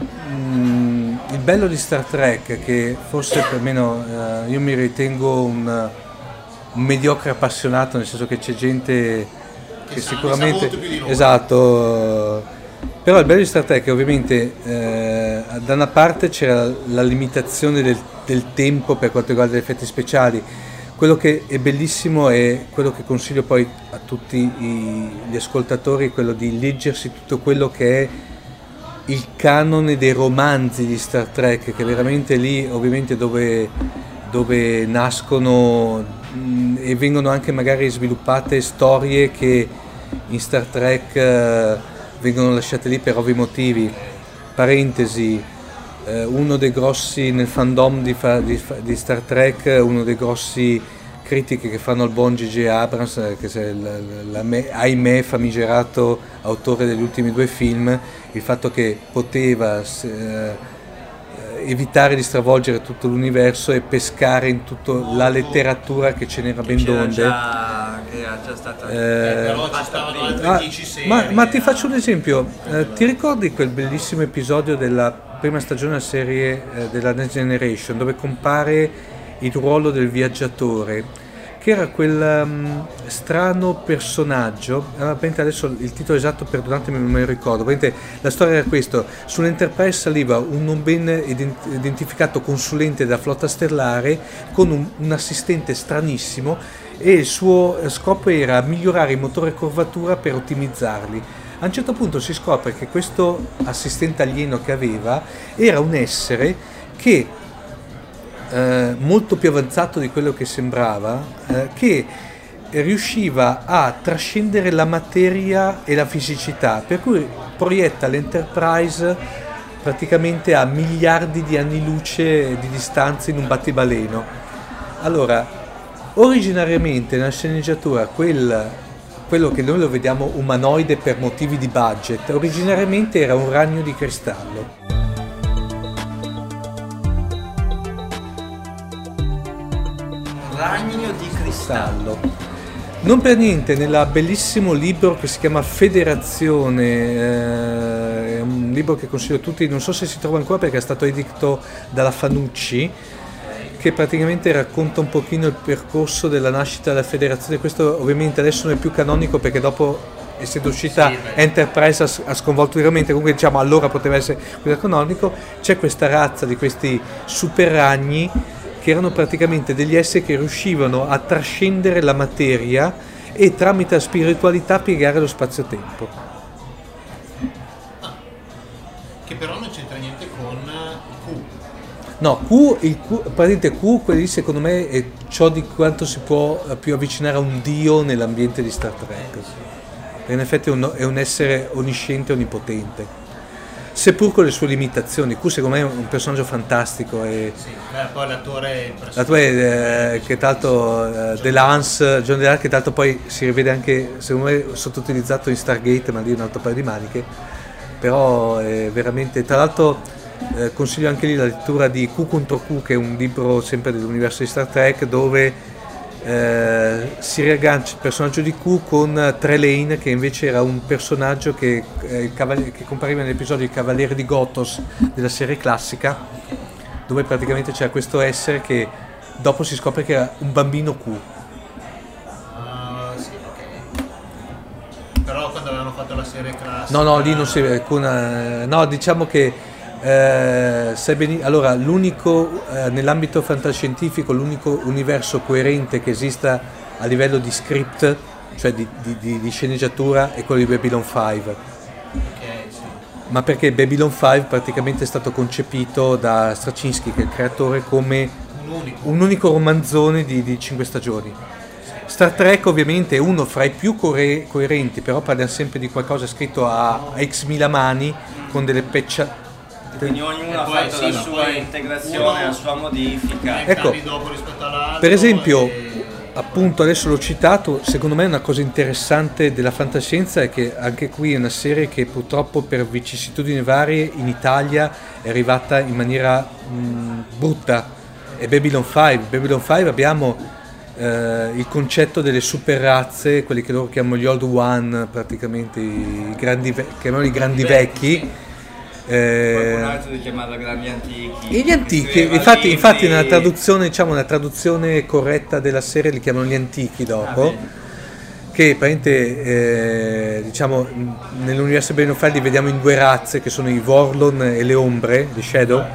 mh, il bello di Star Trek, che forse perlomeno eh, io mi ritengo un, un mediocre appassionato, nel senso che c'è gente che, che sa, sicuramente... Più di noi. Esatto... Però il bello di Star Trek è che ovviamente eh, da una parte c'era la limitazione del, del tempo per quanto riguarda gli effetti speciali. Quello che è bellissimo è quello che consiglio poi a tutti i, gli ascoltatori, quello di leggersi tutto quello che è il canone dei romanzi di Star Trek, che veramente lì ovviamente dove, dove nascono mh, e vengono anche magari sviluppate storie che in Star Trek eh, vengono lasciate lì per ovvi motivi. Parentesi, eh, uno dei grossi nel fandom di, fa, di, di Star Trek, uno dei grossi critiche che fanno al buon J J Abrams, che è la, la, la, ahimè famigerato autore degli ultimi due film, il fatto che poteva eh, evitare di stravolgere tutto l'universo e pescare in tutta la letteratura che ce n'era ben donde. Era già stata eh, eh, però ci stavano altre ah, dieci serie. Ma, ma ti faccio un esempio, eh, ti ricordi quel bellissimo episodio della prima stagione della serie eh, della Next Generation, dove compare il ruolo del viaggiatore, che era quel um, strano personaggio, eh, adesso il titolo esatto perdonatemi non me lo ricordo, la storia era questo: sull'Enterprise saliva un non ben identificato consulente della flotta stellare con un, un assistente stranissimo, e il suo scopo era migliorare i motori a curvatura per ottimizzarli. A un certo punto si scopre che questo assistente alieno che aveva era un essere che, eh, molto più avanzato di quello che sembrava, eh, che riusciva a trascendere la materia e la fisicità, per cui proietta l'Enterprise praticamente a miliardi di anni luce di distanza in un battibaleno. Allora, originariamente nella sceneggiatura quel, quello che noi lo vediamo umanoide per motivi di budget, originariamente era un ragno di cristallo. Ragno di cristallo. Non per niente, nel bellissimo libro che si chiama Federazione, eh, è un libro che consiglio a tutti, non so se si trova ancora perché è stato edito dalla Fanucci, che praticamente racconta un pochino il percorso della nascita della federazione. Questo ovviamente adesso non è più canonico perché dopo, essendo uscita sì, Enterprise, ha, ha sconvolto veramente, comunque diciamo allora poteva essere canonico. C'è questa razza di questi super ragni che erano praticamente degli esseri che riuscivano a trascendere la materia e tramite la spiritualità piegare lo spazio-tempo. Ah, che però non c'entra niente con Q. No, Q, il Q, praticamente Q, quelli secondo me è ciò di quanto si può più avvicinare a un dio nell'ambiente di Star Trek. In effetti è un, è un essere onnisciente, onnipotente. Seppur con le sue limitazioni. Q secondo me è un personaggio fantastico e sì, beh, poi l'attore è impressionante. L'attore eh, che tanto eh, Delance, John Delance, che tanto poi si rivede anche secondo me sottoutilizzato in Stargate, ma lì un altro paio di maniche. Però è veramente, tra l'altro eh, consiglio anche lì la lettura di Q contro Q, che è un libro sempre dell'universo di Star Trek, dove Eh, si riaggancia il personaggio di Q con Trelane, che invece era un personaggio che, eh, che compariva nell'episodio Il Cavaliere di Gothos della serie classica, dove praticamente c'era questo essere che dopo si scopre che era un bambino Q. Uh, sì, ok. Però quando avevano fatto la serie classica... No, no, lì non si vede. Una, no, diciamo che Eh, allora l'unico eh, nell'ambito fantascientifico l'unico universo coerente che esista a livello di script, cioè di, di, di, di sceneggiatura, è quello di Babylon cinque. Okay, sì. Ma perché Babylon cinque praticamente è stato concepito da Straczynski, che è il creatore, come un unico, un unico romanzone di, di cinque stagioni. Star Trek ovviamente è uno fra i più core- coerenti, però parliamo sempre di qualcosa scritto a, a x mila mani con delle peccia. Quindi ognuno ha fatto sì, la sua integrazione, uno, la sua modifica. Ecco, dopo rispetto all'altro, per esempio, e... appunto adesso l'ho citato, secondo me una cosa interessante della fantascienza è che anche qui è una serie che purtroppo per vicissitudini varie in Italia è arrivata in maniera mh, brutta, è Babylon cinque. Babylon cinque abbiamo eh, il concetto delle super razze, quelli che loro chiamano gli Old One, praticamente i grandi, chiamano i grandi vecchi. Eh, qualcun altro li chiamava grandi antichi. Gli antichi, infatti, infatti nella traduzione, diciamo, una traduzione corretta della serie li chiamano gli antichi dopo, ah, che praticamente eh, diciamo nell'universo Babylon cinque li vediamo in due razze che sono i Vorlon e le Ombre di Shadow,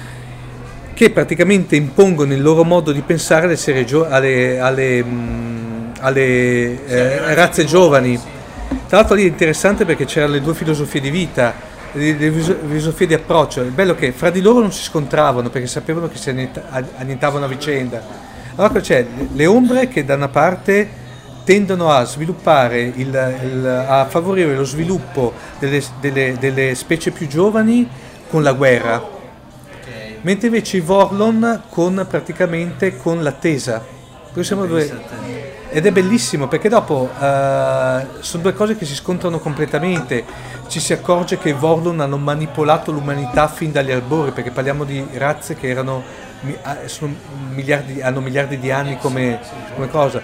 che praticamente impongono il loro modo di pensare alle, serie gio- alle, alle, mh, alle eh, razze giovani. Tra l'altro lì è interessante perché c'erano le due filosofie di vita, le filosofie di approccio. Il bello è che fra di loro non si scontravano perché sapevano che si annientavano a vicenda. Allora c'è le ombre che da una parte tendono a sviluppare il, il, a favorire lo sviluppo delle, delle, delle specie più giovani con la guerra, okay, mentre invece i Vorlon con praticamente con l'attesa. Siamo due. Ed è bellissimo perché dopo uh, sono due cose che si scontrano completamente. Ci si accorge che i Vorlon hanno manipolato l'umanità fin dagli albori, perché parliamo di razze che erano sono miliardi, hanno miliardi di anni come, come cosa.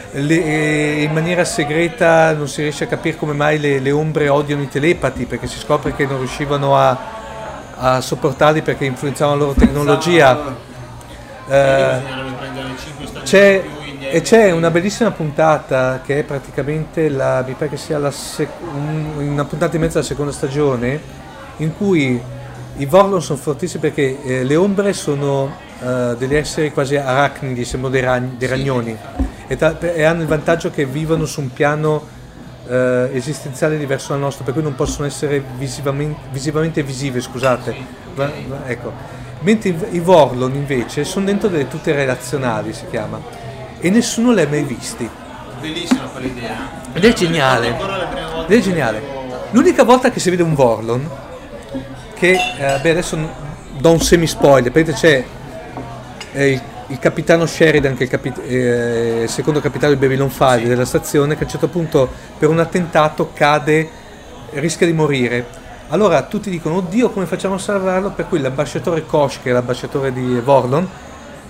Le, in maniera segreta non si riesce a capire come mai le, le ombre odiano i telepati, perché si scopre che non riuscivano a, a sopportarli perché influenzavano la loro tecnologia. Uh, c'è E c'è una bellissima puntata che è praticamente la, mi pare che sia la sec- una puntata in mezzo alla seconda stagione, in cui i Vorlon sono fortissimi perché eh, le ombre sono uh, degli esseri quasi arachnidi, sembrano dei, ragni, dei ragnoni, e, ta- e hanno il vantaggio che vivono su un piano uh, esistenziale diverso dal nostro, per cui non possono essere visivamente, visivamente visive, scusate. Va, va, ecco. Mentre i, i Vorlon invece sono dentro delle tute relazionali, si chiama, e nessuno li ha mai visti. Bellissima quell'idea. Ed è geniale. Ed è geniale. L'unica volta che si vede un Vorlon, che eh, beh adesso do un semi spoiler, perché c'è eh, il, il capitano Sheridan, che è il, capi- eh, il secondo capitano di Babylon cinque, sì, della stazione, che a un certo punto per un attentato cade, rischia di morire. Allora tutti dicono oddio come facciamo a salvarlo, per cui l'ambasciatore Kosh, che è l'ambasciatore di Vorlon,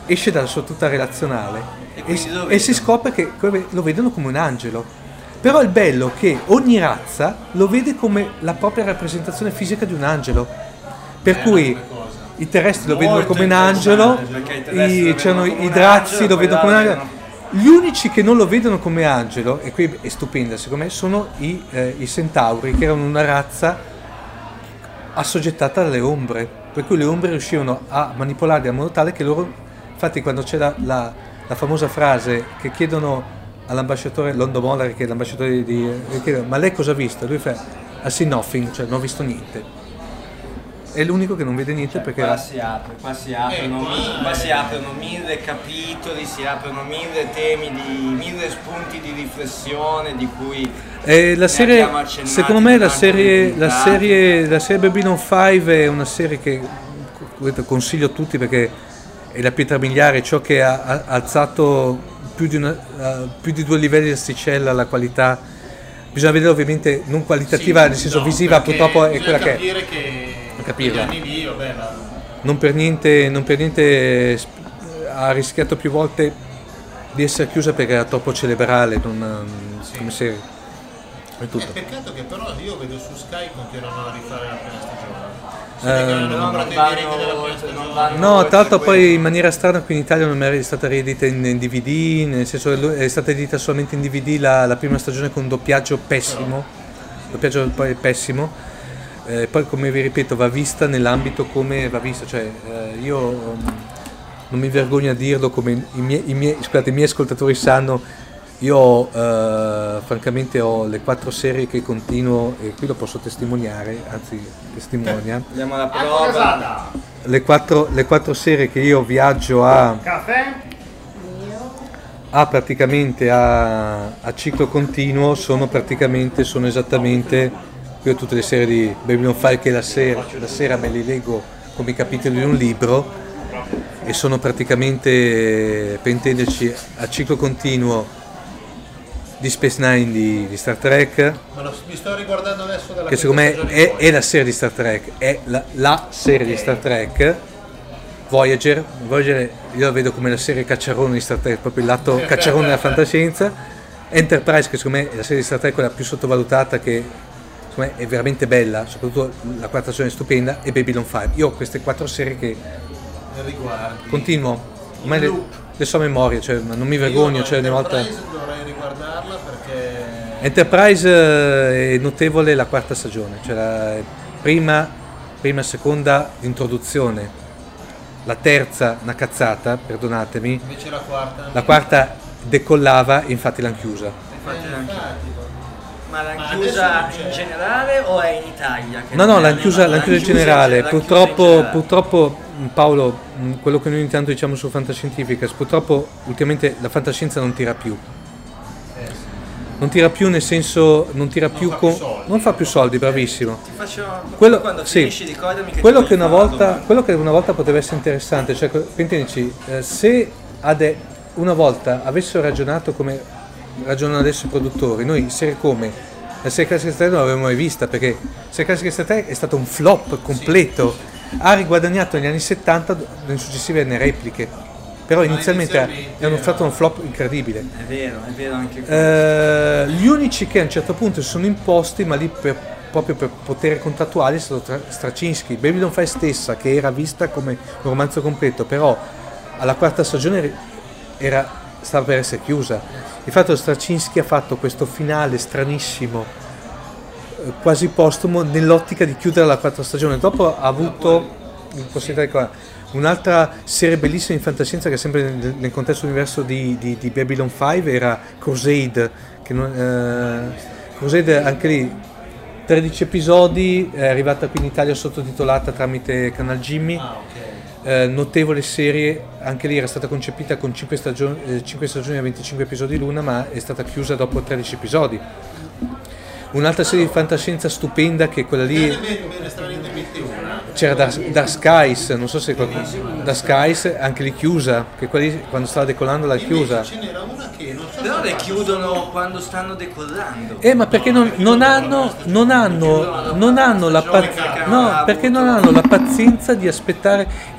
esce dalla sua tuta relazionale E e, quindi si- lo e si vedono. scopre che come- lo vedono come un angelo. Però il bello è che ogni razza lo vede come la propria rappresentazione fisica di un angelo. Per cui i terrestri lo vedono Molto come un angelo, interessante, perché i terrestri i, lo c'erano vedono come i un drazzi angelo, lo poi vedono là come un lo angelo. vedono- Gli unici che non lo vedono come angelo, e qui è stupenda secondo me, sono i, eh, i centauri, che erano una razza assoggettata alle ombre, per cui le ombre riuscivano a manipolarli in modo tale che loro, infatti quando c'è la, la- la famosa frase che chiedono all'ambasciatore Londo Mollari, che è l'ambasciatore di... di chiedono, ma lei cosa ha visto? Lui fa, I see nothing, cioè non ho visto niente. È l'unico che non vede niente perché... Qua si apre, qua si aprono, qua- qua si aprono mille capitoli, si aprono mille temi, di, mille spunti di riflessione di cui Eh, la ne serie, abbiamo accennati secondo me la durante serie, le la puntate. serie, la serie Babylon cinque è una serie che co- consiglio a tutti perché è la pietra miliare, ciò che ha, ha alzato più di, una, uh, più di due livelli di asticella la qualità. Bisogna vedere ovviamente non qualitativa, Sì, nel senso no, visiva, perché purtroppo è bisogna quella che è. capire che capirla. quegli anni lì, vabbè, la- Non per niente, non per niente sp- ha rischiato più volte di essere chiusa perché era troppo cerebrale, non, Sì. come serie. È È tutto. peccato che però io vedo su Sky continuano a rifare la prima stagione. Si Eh, vede che hanno però non comprato i vanno diritti della prima oltre, non stagione. vanno- No, oltre tra l'altro quello. poi in maniera strana qui in Italia non è stata riedita in, in D V D, nel senso che lui- è stata edita solamente in D V D la, la prima stagione con un doppiaggio pessimo, doppiaggio poi pessimo, eh, poi come vi ripeto va vista nell'ambito come va vista, cioè eh, io um, non mi vergogno a dirlo come i miei, i miei, scusate, i miei ascoltatori sanno, io eh, francamente ho le quattro serie che continuo e qui lo posso testimoniare, anzi testimonia. Andiamo alla prova. Le quattro, le quattro serie che io viaggio a, a praticamente a, a ciclo continuo sono praticamente, sono esattamente, qui ho tutte le serie di Babylon cinque che la sera, la sera me li leggo come i capitoli di un libro e sono praticamente, per intenderci, a ciclo continuo di Space Nine di, di Star Trek, Ma lo- mi sto riguardando adesso dalla che secondo me quinta stagione è, in è la serie di Star Trek, è la, la serie di Star Trek. Voyager, Voyager io la vedo come la serie cacciarone di Star Trek, proprio il lato cacciarone della fantascienza. Enterprise, che secondo me è la serie di Star Trek quella più sottovalutata, che secondo me è veramente bella, soprattutto la quarta stagione è stupenda, e Babylon cinque. Io ho queste quattro serie che poi. Riguardi. continuo, ormai le, loop. le so a memoria, cioè, ma non mi vergogno, Io cioè ogni volta... Enterprise dovrei riguardarla perché Enterprise eh, è notevole la quarta stagione, cioè la prima, prima seconda introduzione, la terza una cazzata, perdonatemi, invece la quarta la quarta decollava e infatti l'hanno chiusa. Infatti l'hanno chiusa. infatti, Ma l'hanno Ma chiusa adesso non in c'è. generale o è in Italia? Che No, non no, è- l'hanno chiusa, l'hanno chiusa in generale. l'hanno chiusa in Purtroppo, generale. purtroppo mh, Paolo, mh, quello che noi ogni tanto diciamo su Fantascientificas, purtroppo ultimamente la fantascienza non tira più. Non tira più nel senso, non tira più fa con... più soldi. non fa più soldi, bravissimo. Ti faccio Quello, quando sì, finisci ricordami che quello ti che, voglio una fare volta, domani. quello che una volta poteva essere interessante, cioè, per intenderci, eh, se ade- una volta avessero ragionato come ragionano adesso i produttori, noi serie come la serie classica Star Trek non l'avevamo mai vista, perché la serie classica Star Trek è stato un flop completo, ha riguadagnato negli anni settanta, nelle successive ne repliche, però inizialmente inizialmente è stato un flop incredibile. È vero, è vero anche questo. Eh, gli unici che a un certo punto si sono imposti, ma lì per- proprio per potere contrattuale, è stato Tra- Straczynski. Babylon cinque stessa, che era vista come un romanzo completo, però alla quarta stagione era, stava per essere chiusa. Il fatto che Straczynski ha fatto questo finale stranissimo, eh, quasi postumo, nell'ottica di chiudere la quarta stagione. Dopo ha avuto, possibilità di un'altra serie bellissima in fantascienza che sempre nel, nel contesto universo di, di, di Babylon cinque era Crusade, che non, eh, Crusade anche lì tredici episodi, è arrivata qui in Italia sottotitolata tramite Canal Jimmy, Ah, ok. eh, notevole serie, anche lì era stata concepita con cinque stagioni, eh, cinque stagioni a venticinque episodi l'una, ma è stata chiusa dopo tredici episodi. Un'altra serie di fantascienza stupenda che è quella lì... Me me ne sta venendo in mente una. C'era Dark, Dark Skies, non so se qualcuno... Dark Skies, anche lì chiusa, che quelli quando stava decollando l'ha chiusa. Invece ce n'era una che non so Però se le ha fatto chiudono quando stanno decollando. Eh, ma perché non, non hanno, non hanno, non hanno la pazienza, no, perché non hanno la pazienza di aspettare,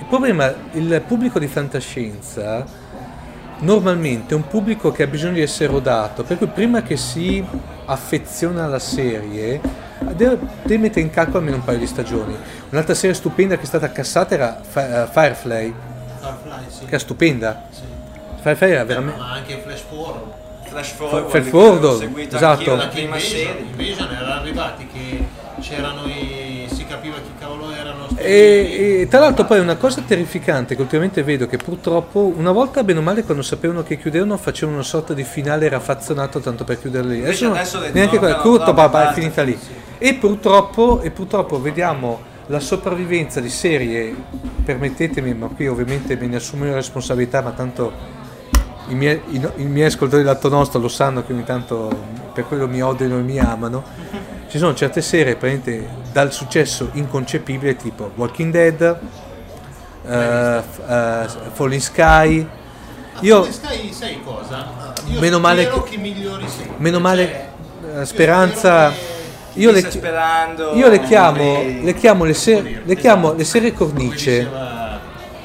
Il problema, il pubblico di fantascienza normalmente è un pubblico che ha bisogno di essere rodato, per cui prima che si affeziona alla serie deve, deve mettere in calcolo almeno un paio di stagioni. Un'altra serie stupenda che è stata cassata era Fi- uh, Firefly, Firefly, sì. che era stupenda. Sì. Firefly era Beh, veramente... ma anche Flash Forward. Flash Forward, Flash che Forward, avevo seguito esatto. anch'io la Anche prima Invasion, serie. Invasion erano arrivati che c'erano i... si capiva chi cavolo erano. E, e tra l'altro poi una cosa terrificante che ultimamente vedo, che purtroppo una volta bene o male quando sapevano che chiudevano facevano una sorta di finale raffazzonato tanto per chiuderli lì. Invece adesso le neanche giocano, tutto no, papà, è basta, finita lì. sì. E purtroppo, e purtroppo vediamo la sopravvivenza di serie, permettetemi, ma qui ovviamente me ne assumo la responsabilità, ma tanto i miei, i, i miei ascoltatori di Lato Nostro lo sanno che ogni tanto per quello mi odiano e mi amano. Ci sono certe serie praticamente dal successo inconcepibile tipo Walking Dead, uh, uh, Falling Sky. Io, Falling Sky, sai cosa? Io meno male spero che, che migliori sempre. meno male Cioè, uh, speranza. che... Io le, sta sperando, io le chiamo, eh, le chiamo le, se, le chiamo le serie cornice. Diceva...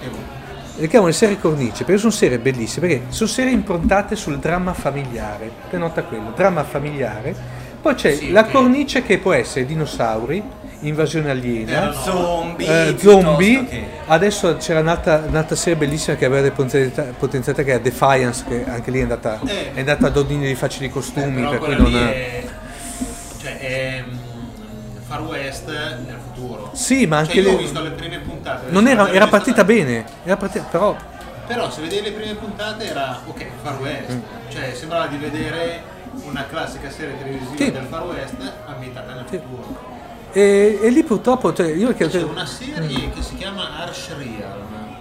Le chiamo le serie cornice perché sono serie bellissime, perché sono serie improntate sul dramma familiare. Te nota quello, dramma familiare. Poi c'è Sì, la che- cornice che può essere dinosauri, invasione aliena, Eh, zombie, eh, piuttosto zombie. che- Adesso c'era un'altra, un'altra serie bellissima che aveva delle potenzialità, potenzialità che era Defiance, che anche lì è andata, Eh. è andata ad ordine di facili costumi, Però per cui quella non lì ha... è... Cioè, è... mm, Far West nel futuro. Sì, ma anche Cioè, io lì ho visto le prime puntate. non adesso era, non era ho partita visto- bene, era partita, però Però se vedevi le prime puntate era ok, Far West. Mm. Cioè sembrava di vedere una classica serie televisiva Sì. del Far West ambientata nel Sì. futuro. e, e lì purtroppo, cioè, io C'è che una serie che si chiama Arch Realm.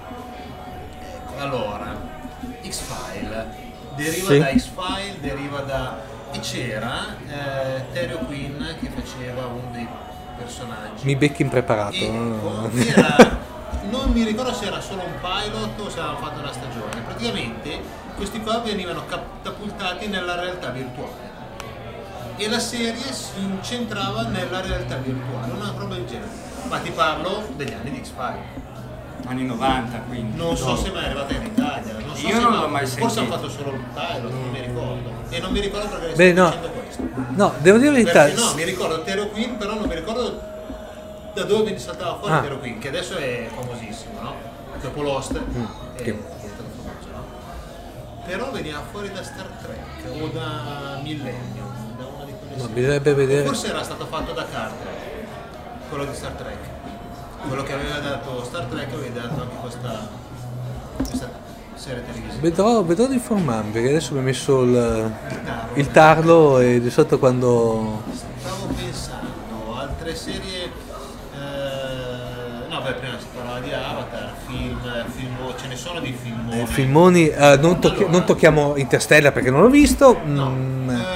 Ecco, allora, X-File deriva Sì. da X-File, deriva da... e c'era eh, Terry Quinn che faceva uno dei personaggi. mi becchi impreparato. E, no? ecco, era, non mi ricordo se era solo un pilot o se avevano fatto una stagione. Praticamente questi qua venivano catapultati nella realtà virtuale e la serie si incentrava nella realtà virtuale, una roba del genere. Ma ti parlo degli anni di X-File. anni novanta, quindi. Non so se mai è arrivata in Italia. Non so Io se non ma- l'ho mai Forse hanno sentito. fatto solo il pilot, non mi ricordo. E non mi ricordo perché Beh, stavo no. dicendo questo. No, devo dire la verità. Perché no, mi ricordo Tero Quinn, però non mi ricordo da dove mi saltava fuori Ah. Tero Quinn, che adesso è famosissimo, no? Dopo Lost è Mm, che- diventato famoso, no? Però veniva fuori da Star Trek o da Millennium, da una di quelle No, serie. bisognerebbe vedere. O forse era stato fatto da Carter, quello di Star Trek. Quello che aveva dato Star Trek aveva dato anche questa, questa serie televisiva. Vedrò, vedrò di informarmi perché adesso mi ha messo il, tarlo. il tarlo e di solito quando. Stavo pensando, altre serie, eh, no beh prima si parlava di Avatar, film, film ce ne sono di film. Eh, filmoni, eh, non, tocchi- Allora. non tocchiamo Interstellar perché non l'ho visto. No. mm, Ehm,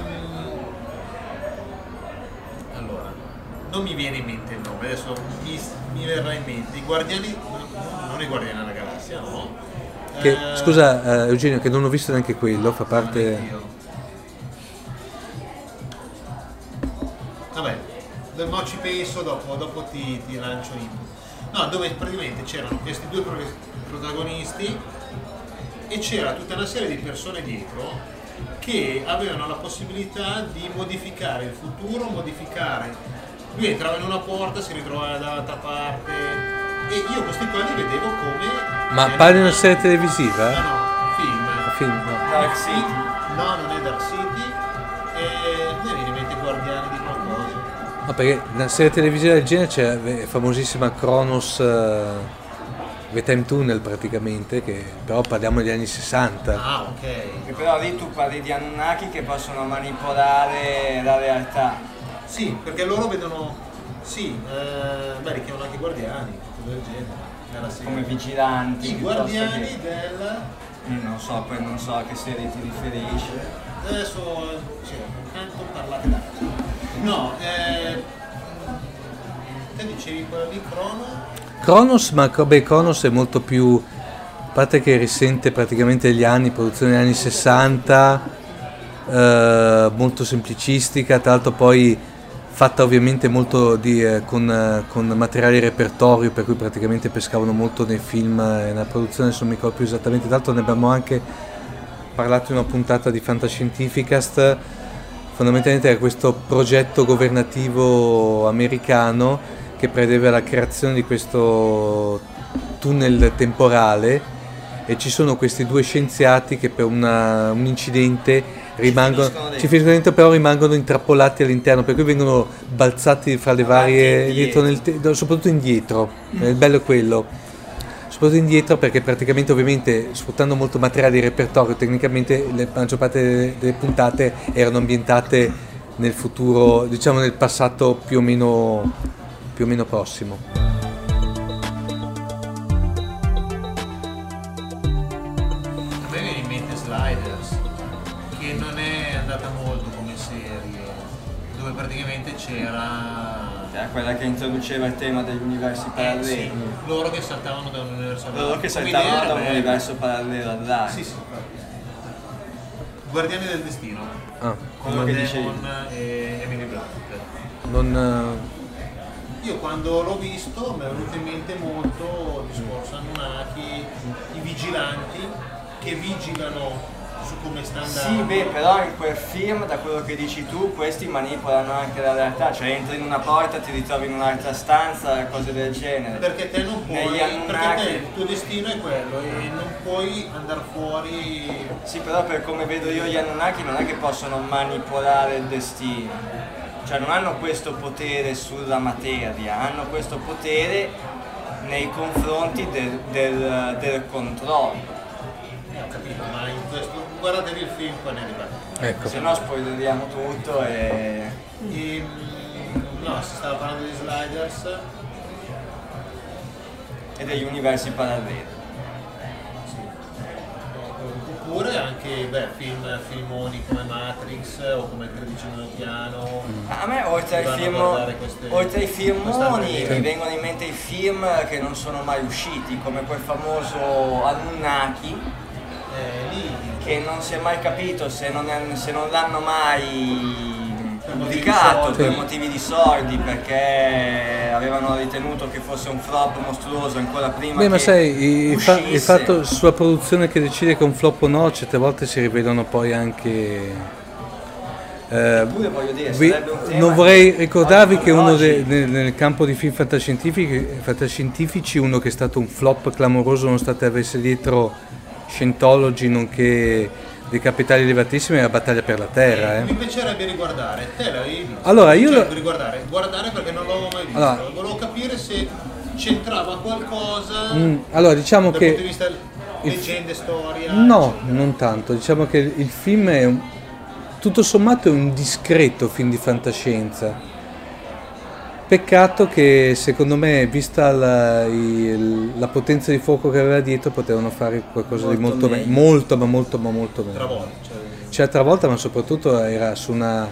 allora, non mi viene in mente il nome, adesso mi, mi verrà in mente. I Guardiani, non i Guardiani della Galassia, no? che- Eh, scusa eh, Eugenio, che non ho visto neanche quello, fa parte. anch'io. Vabbè, del mo ci penso, dopo, dopo ti, ti lancio input. No, dove praticamente c'erano questi due pro- protagonisti e c'era tutta una serie di persone dietro che avevano la possibilità di modificare il futuro, modificare. Lui entrava in una porta, si ritrovava dall'altra parte e io questi qua li vedevo come... Ma parli di una serie televisiva? No, no, film. Film, no. Dark City. No, non è Dark City. E a me viene in mente Guardiani di qualcosa. No, perché una serie televisiva del genere c'è la famosissima Kronos eh, The Time Tunnel praticamente, che però parliamo degli anni sessanta. Ah, ok. Che però lì tu parli di Anunnaki che possono manipolare la realtà. Sì, perché loro vedono... Sì, eh, beh, richiamano anche Guardiani, tutto del genere, nella serie. Come vigilanti. I piuttosto Guardiani che- del... Mm, non so, poi non so a che serie ti riferisci. Adesso... Sì, tanto parlate d'altro. No, eh... Te dicevi quella di Crono? Kronos, ma beh, Kronos è molto più, a parte che risente praticamente degli anni, produzione degli anni sessanta, eh, molto semplicistica, tra l'altro poi fatta ovviamente molto di, eh, con, eh, con materiale repertorio, per cui praticamente pescavano molto nei film e nella produzione, adesso non mi ricordo più esattamente, tanto ne abbiamo anche parlato in una puntata di Fantascientificast. Fondamentalmente era questo progetto governativo americano che prevedeva la creazione di questo tunnel temporale, e ci sono questi due scienziati che per una, un incidente rimangono, ci finiscono dentro, però rimangono intrappolati all'interno, per cui vengono balzati fra le varie, dietro nel te- soprattutto indietro, il bello è quello. Soprattutto indietro, perché praticamente, ovviamente, sfruttando molto materiale di repertorio, tecnicamente la maggior parte delle, delle puntate erano ambientate nel futuro, diciamo nel passato più o meno, più o meno prossimo. A me viene in mente Sliders, che non è andata molto come serie, dove praticamente c'era... Era quella che introduceva il tema degli universi Eh, paralleli. sì, loro che saltavano da un universo all'altro. Loro che Come saltavano idea da un era universo parallelo all'altro. Sì, sì. Guardiani del Destino, Ah, Quello con che dicevi. Damon e Emily Blunt. non, Io quando l'ho visto mi è venuto in mente molto il discorso Anunnaki, i vigilanti che vigilano su come sta andando. Sì, beh, però in quel film, da quello che dici tu, questi manipolano anche la realtà, cioè entri in una porta, ti ritrovi in un'altra stanza, cose del genere. Perché te non puoi, Negli perché te Anunnaki- il tuo destino è quello e non puoi andare fuori. Sì, però per come vedo io gli Anunnaki non è che possono manipolare il destino, cioè non hanno questo potere sulla materia, hanno questo potere nei confronti del, del, del controllo. Eh, ho capito, ma in questo. Guardatevi il film poi ne arrivate. ecco. Se no spoileriamo tutto e... E, mm, no, si stava parlando di Sliders. e degli universi paralleli. Sì. Oppure anche beh, film, filmoni come Matrix o come il tredicesimo piano. A me oltre ai, Vanno a film, guardare queste- oltre ai filmoni queste mi vengono in mente i film che non sono mai usciti, come quel famoso Anunnaki, Eh, lì che non si è mai capito se non, è- se non l'hanno mai Per motivi pubblicato di soldi. per motivi di soldi, perché avevano ritenuto che fosse un flop mostruoso ancora prima Beh, che ma sai, il, fa- il uscisse. fatto sulla produzione che decide che è un flop o no, certe volte si rivelano poi anche... eh, Eppure, voglio dire, vi- sarebbe un tema non vorrei che ricordarvi oggi che come uno oggi- de- nel, nel campo di film fantascientifici, fantascientifici, uno che è stato un flop clamoroso, nonostante avesse dietro Scientology, nonché dei capitali elevatissimi, è la battaglia per la Terra. mi Eh. piacerebbe riguardare. Te l'avevi visto? Allora, io Cioè, lo- riguardare, guardare perché non l'avevo mai visto. Allora- Volevo capire se c'entrava qualcosa Mm, allora, diciamo dal che... punto di vista il- leggende, storia. No, eccetera. non tanto. Diciamo che il film è un- tutto sommato è un discreto film di fantascienza. Peccato che secondo me, vista la, il- la potenza di fuoco che aveva dietro, potevano fare qualcosa di Molto molto meglio. meglio. Molto, ma molto, ma molto meglio. Travolta, cioè, C'era Travolta, ma soprattutto era su una.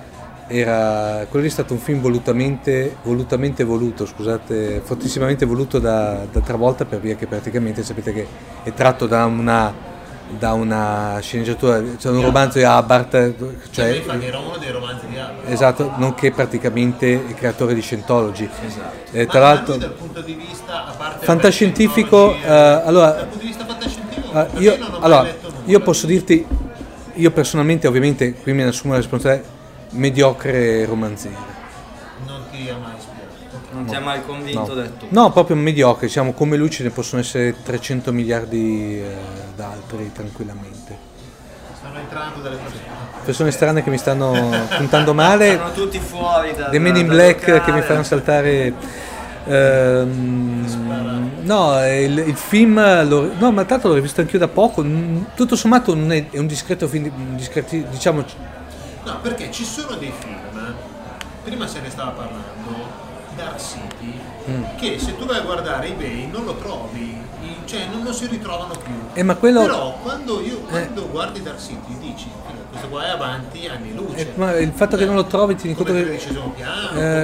Era, quello lì è stato un film volutamente, volutamente voluto, scusate, fortissimamente voluto da, da Travolta, per via che praticamente sapete che è tratto da una, da una sceneggiatura, cioè un romanzo di Hubbard, cioè, cioè, infatti era uno dei romanzi di Hubbard. esatto, nonché praticamente il creatore di Scientology. Esatto. Eh, Ma tra l'altro, lui dal punto di vista a parte fantascientifico, per Scientology, eh, allora, dal punto di vista fantascientifico Ah, perché io, non ho mai allora, letto nulla. io posso dirti, io personalmente, ovviamente, qui me ne assumo la responsabilità, mediocre romanziere. Non ti ha mai ispirato. Non ti ha mai convinto No. del tutto. No, proprio mediocre, diciamo, come lui ce ne possono essere trecento miliardi eh, d'altri tranquillamente. Stanno entrando delle persone. Persone strane che mi stanno puntando male, Sono tutti fuori da dei Men in Black che mi fanno saltare. ehm, no, il, il film, l'ho- no, ma tanto l'ho rivisto anch'io da poco. mm, Tutto sommato non è, è un discreto film, di- un discreti- diciamo, No, perché ci sono dei film, prima se ne stava parlando, Dark City, Mm. che se tu vai a guardare eBay non lo trovi, i- cioè non, non si ritrovano più. Eh, ma quello- Però quando, io, quando guardi Dark City dici, "Figa, questo qua è avanti anni luce. eh, ma il fatto che non lo trovi ti come incontro il che tredicesimo piano, eh, come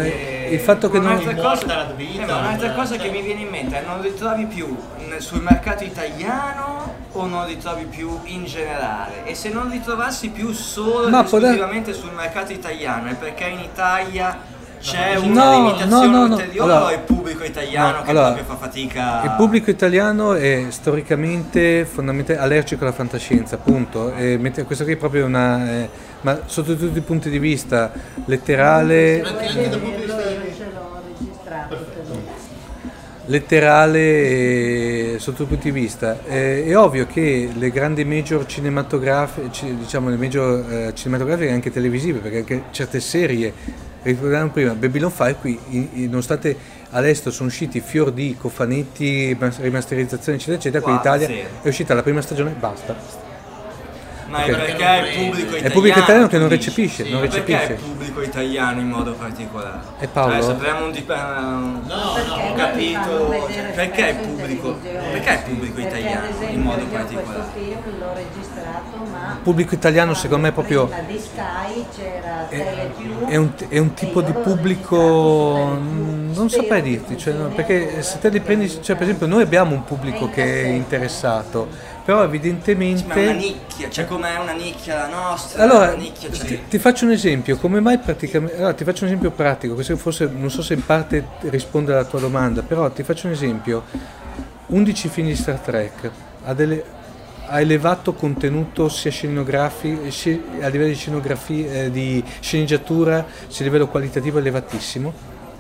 il fatto che non... un'altra cosa, Mortal Vita, eh, ma un'altra cioè- cosa che mi viene in mente è: non ritrovi più nel- sul mercato italiano o non ritrovi più in generale? E se non ritrovassi più solo Ma ed può dar- esclusivamente sul mercato italiano, è perché in Italia c'è No, una limitazione no, no, no. ulteriore, Allora- o il pubblico italiano no, che allora, proprio fa fatica? Il pubblico italiano è storicamente fondamentalmente allergico alla fantascienza, punto. E mette- questo qui è proprio una... eh, ma sotto tutti i punti di vista, letterale, Anche- anche dal punto di vista Allora ce l'ho registrato. te lo- letterale e sotto tutti i punti di vista. Eh, è ovvio che le grandi major cinematografiche, diciamo le major eh, cinematografiche e anche televisive, perché anche certe serie, ricordavamo prima, Babylon cinque qui, in- in- nonostante all'estero sono usciti fior di cofanetti, mas- rimasterizzazioni eccetera eccetera, qui in Qua, Italia zero. è uscita la prima stagione, basta. Ma Ok. è perché è il pubblico italiano. È il pubblico italiano che non tu dici? recepisce, non Ma perché è recepisce. il pubblico italiano in modo particolare? E Paolo? Cioè, sapremo un dip- uh, No, Perché no, ho non capito, li fanno vedere cioè, perché è il spesso in pubblico, televisione? perché è il pubblico Perché, italiano ad esempio, in modo io particolare? questo film l'ho registrato, ma Il pubblico italiano secondo me è proprio... prima di Sky c'era Telepiù. È un, è un tipo e di io l'ho pubblico, registrato. mm, non saprei dirti, cioè, no, perché se te li prendi, cioè, per esempio noi abbiamo un pubblico che è interessato, però Ma è una evidentemente... nicchia, cioè com'è una nicchia la nostra, Allora, una nicchia c'è. ti, ti faccio un esempio, come mai praticamente... Allora, ti faccio un esempio pratico, questo forse non so se in parte risponde alla tua domanda, però ti faccio un esempio. undici film di Star Trek ha, delle, ha elevato contenuto sia scenografico, sci- a livello di scenografia, eh, di sceneggiatura, sia a livello qualitativo elevatissimo,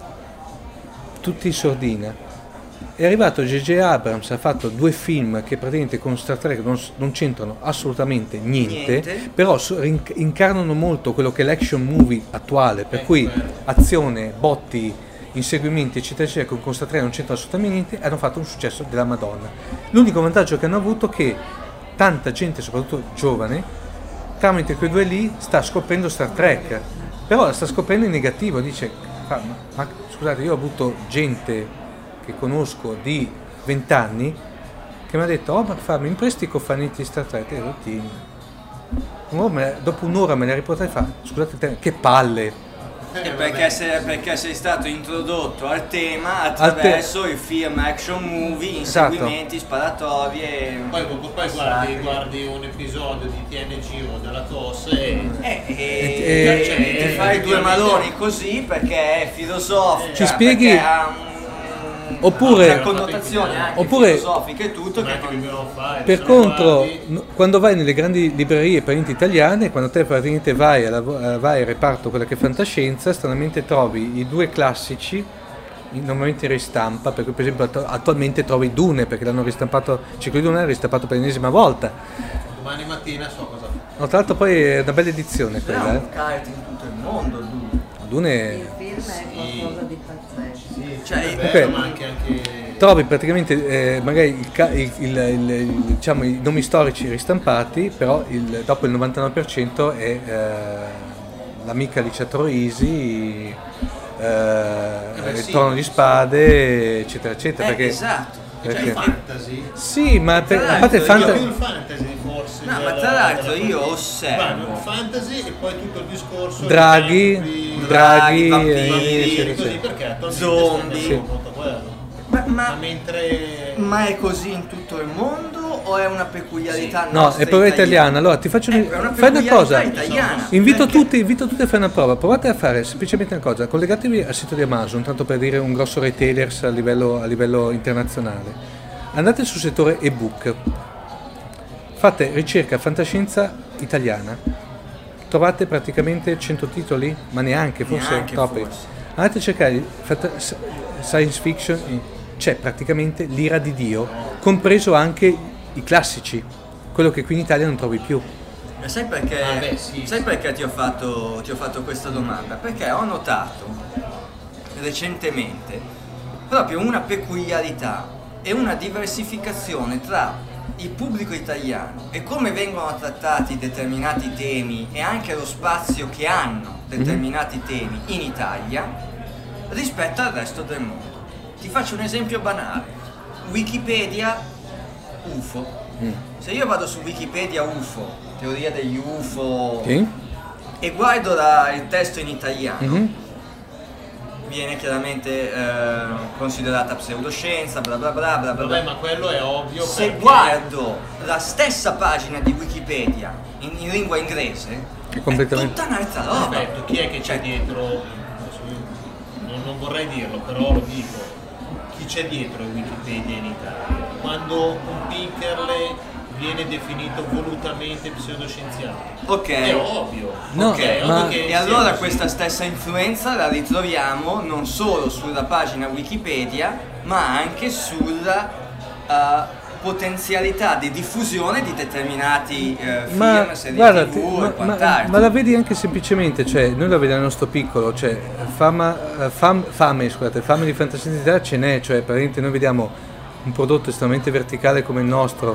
tutti in sordina. È arrivato J J Abrams, ha fatto due film che praticamente con Star Trek non, s- non c'entrano assolutamente niente, Niente. però so- rin- incarnano molto quello che è l'action movie attuale, per cui azione, botti, inseguimenti eccetera eccetera, con, con Star Trek non c'entra assolutamente niente, hanno fatto un successo della Madonna. L'unico vantaggio che hanno avuto è che tanta gente, soprattutto giovane, tramite quei due lì sta scoprendo Star Trek, però la sta scoprendo in negativo, dice "Ma- ma, ma scusate, io ho avuto gente che conosco di vent'anni che mi ha detto oh ma fa, mi impresti i cofanetti di Star Trek?" E io, "Tieni." Oh, me la- dopo un'ora me li ha riportati e fa "Scusate te, che palle." E perché, sei, perché sei stato introdotto al tema attraverso il film action movie, Esatto. inseguimenti, sparatorie. Poi, poi guardi, guardi un episodio di T N G o della T O S e... Eh, e, E- cioè, e- ti fai due maloni così perché è filosofico. Ci spieghi- perché ha un- Oppure- una connotazione anche oppure- filosofica e tutto che Anche non- Babylon cinque, Per se contro, guardi- no- quando vai nelle grandi librerie praticamente italiane, quando te praticamente vai, alla, eh, vai al reparto quella che è fantascienza, stranamente trovi i due classici, in- normalmente in ristampa, perché per esempio attu- attualmente trovi Dune, perché l'hanno ristampato, Ciclo di Dune l'hanno ristampato per l'ennesima volta. Domani mattina so cosa fa. No, tra l'altro poi è una bella edizione Però quella. è Eh. un kart in tutto il mondo, Dune. Dune Il film è qualcosa di pazzesco. Cioè, È bello, Ok. ma anche, anche... trovi praticamente eh, magari il ca- il- il- il- il- diciamo, i nomi storici ristampati, però il- dopo il novantanove per cento è eh, l'amica Alicia Troisi, eh, il Trono di Spade, eccetera, eccetera. eh, perché, esatto. C'è perché- il fantasy. Sì, ma per, Tra a parte il l'altro Io fanta- più il fantasy forse. No, ma della- tra l'altro della io fantasy. osservo- Vanno il fantasy e poi tutto il discorso Draghi, di- Draghi, vampiri, eh, vampiri, eccetera, così, eccetera. perché attualmente Zombie. sta andando molto quello. Ma, Ma ma, mentre ma è così in tutto il mondo o è una peculiarità No, nostra è proprio italiana? italiana. Allora ti faccio un- Eh, è una fai una peculiarità cosa. italiana. Invito Perché- tutti, invito tutti a fare una prova. Provate a fare semplicemente una cosa: collegatevi al sito di Amazon, tanto per dire un grosso retailers a livello, a livello internazionale. Andate sul settore ebook, fate ricerca fantascienza italiana, trovate praticamente cento titoli, ma neanche, forse Neanche, troppi. forse. Andate a cercare fanta- science fiction, c'è praticamente l'ira di Dio, compreso anche i classici, quello che qui in Italia non trovi più. Ma sai perché, Ah, beh, sì, sai sì. perché ti ho, fatto, ti ho fatto questa domanda? Perché ho notato recentemente proprio una peculiarità e una diversificazione tra il pubblico italiano e come vengono trattati determinati temi e anche lo spazio che hanno determinati temi in Italia rispetto al resto del mondo. Ti faccio un esempio banale. Wikipedia U F O. Se io vado su Wikipedia U F O, teoria degli U F O, Sì? e guardo la- il testo in italiano, Mhm. viene chiaramente eh, considerata pseudoscienza, bla bla bla bla bla. Vabbè, ma quello è ovvio. Se perché... guardo la stessa pagina di Wikipedia in, in lingua inglese, è completamente è tutta un'altra roba. Perfetto, chi è che c'è Cioè, dietro? Non, non vorrei dirlo, però lo dico. Chi c'è dietro Wikipedia in Italia? Quando un Pinkerle viene definito volutamente pseudoscienziato. Ok. È ovvio. No, ok, è ma- ovvio che E sia allora così. questa stessa influenza la ritroviamo non solo sulla pagina Wikipedia, ma anche sulla uh, potenzialità di diffusione di determinati uh, film, Ma serie guarda, tv ti- e ma, ma- quant'altro. ma la vedi anche semplicemente, cioè noi la vediamo nel nostro piccolo, cioè fama, eh, fam- fame, scusate, fame di fantascienza ce n'è, cioè praticamente noi vediamo un prodotto estremamente verticale come il nostro,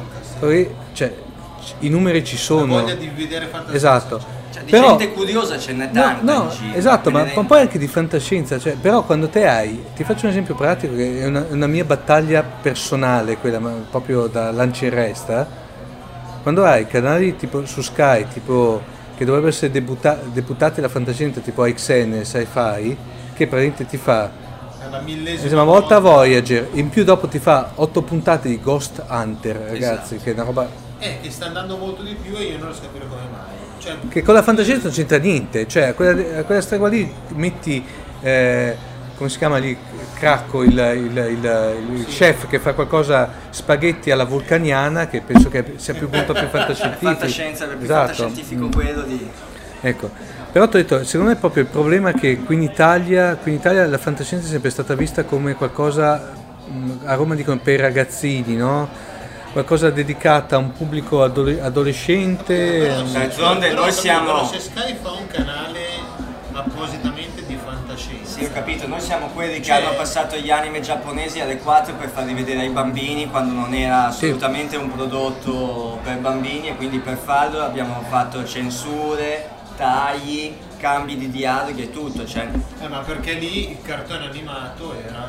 poi cioè c- i numeri ci La sono, voglia di vedere fantascienza. esatto, Cioè, di però gente curiosa ce n'è no, tanta no, in giro, esatto, ma, me ne ma poi anche di fantascienza, cioè, però quando te hai, ti faccio un esempio pratico che è una, una mia battaglia personale, quella ma proprio da lancia in resta, quando hai canali tipo su Sky, tipo che dovrebbero essere debuta- deputati alla fantascienza tipo A X N, Sci-Fi, che praticamente ti fa È la millesima L'ennesima volta Voyager, in più dopo ti fa otto puntate di Ghost Hunter, ragazzi, Esatto. che è una roba Eh, che sta andando molto di più e io non riesco a capire come mai. Cioè, che con la fantascienza non c'entra niente, cioè a quella, a quella stregua lì metti, eh, come si chiama lì, Cracco, il, il, il, il chef che fa qualcosa, spaghetti alla vulcaniana, che penso che sia più punto più fantascientifico. fantascienza, per più Esatto. fantascientifico Mm. quello di... Ecco, però ti ho detto, secondo me proprio il problema è che qui in Italia, qui in Italia la fantascienza è sempre stata vista come qualcosa, mh, a Roma dicono per i ragazzini, no? Qualcosa dedicata a un pubblico adole- adolescente. D'altronde però, noi capito, siamo... però se Sky fa un canale appositamente di fantascienza. Sì, ho capito, noi siamo quelli che Cioè- hanno passato gli anime giapponesi alle quattro per farli vedere ai bambini quando non era assolutamente un prodotto per bambini, e quindi per farlo abbiamo fatto censure, tagli, cambi di dialoghi e tutto, cioè... Eh, ma perché lì il cartone animato era,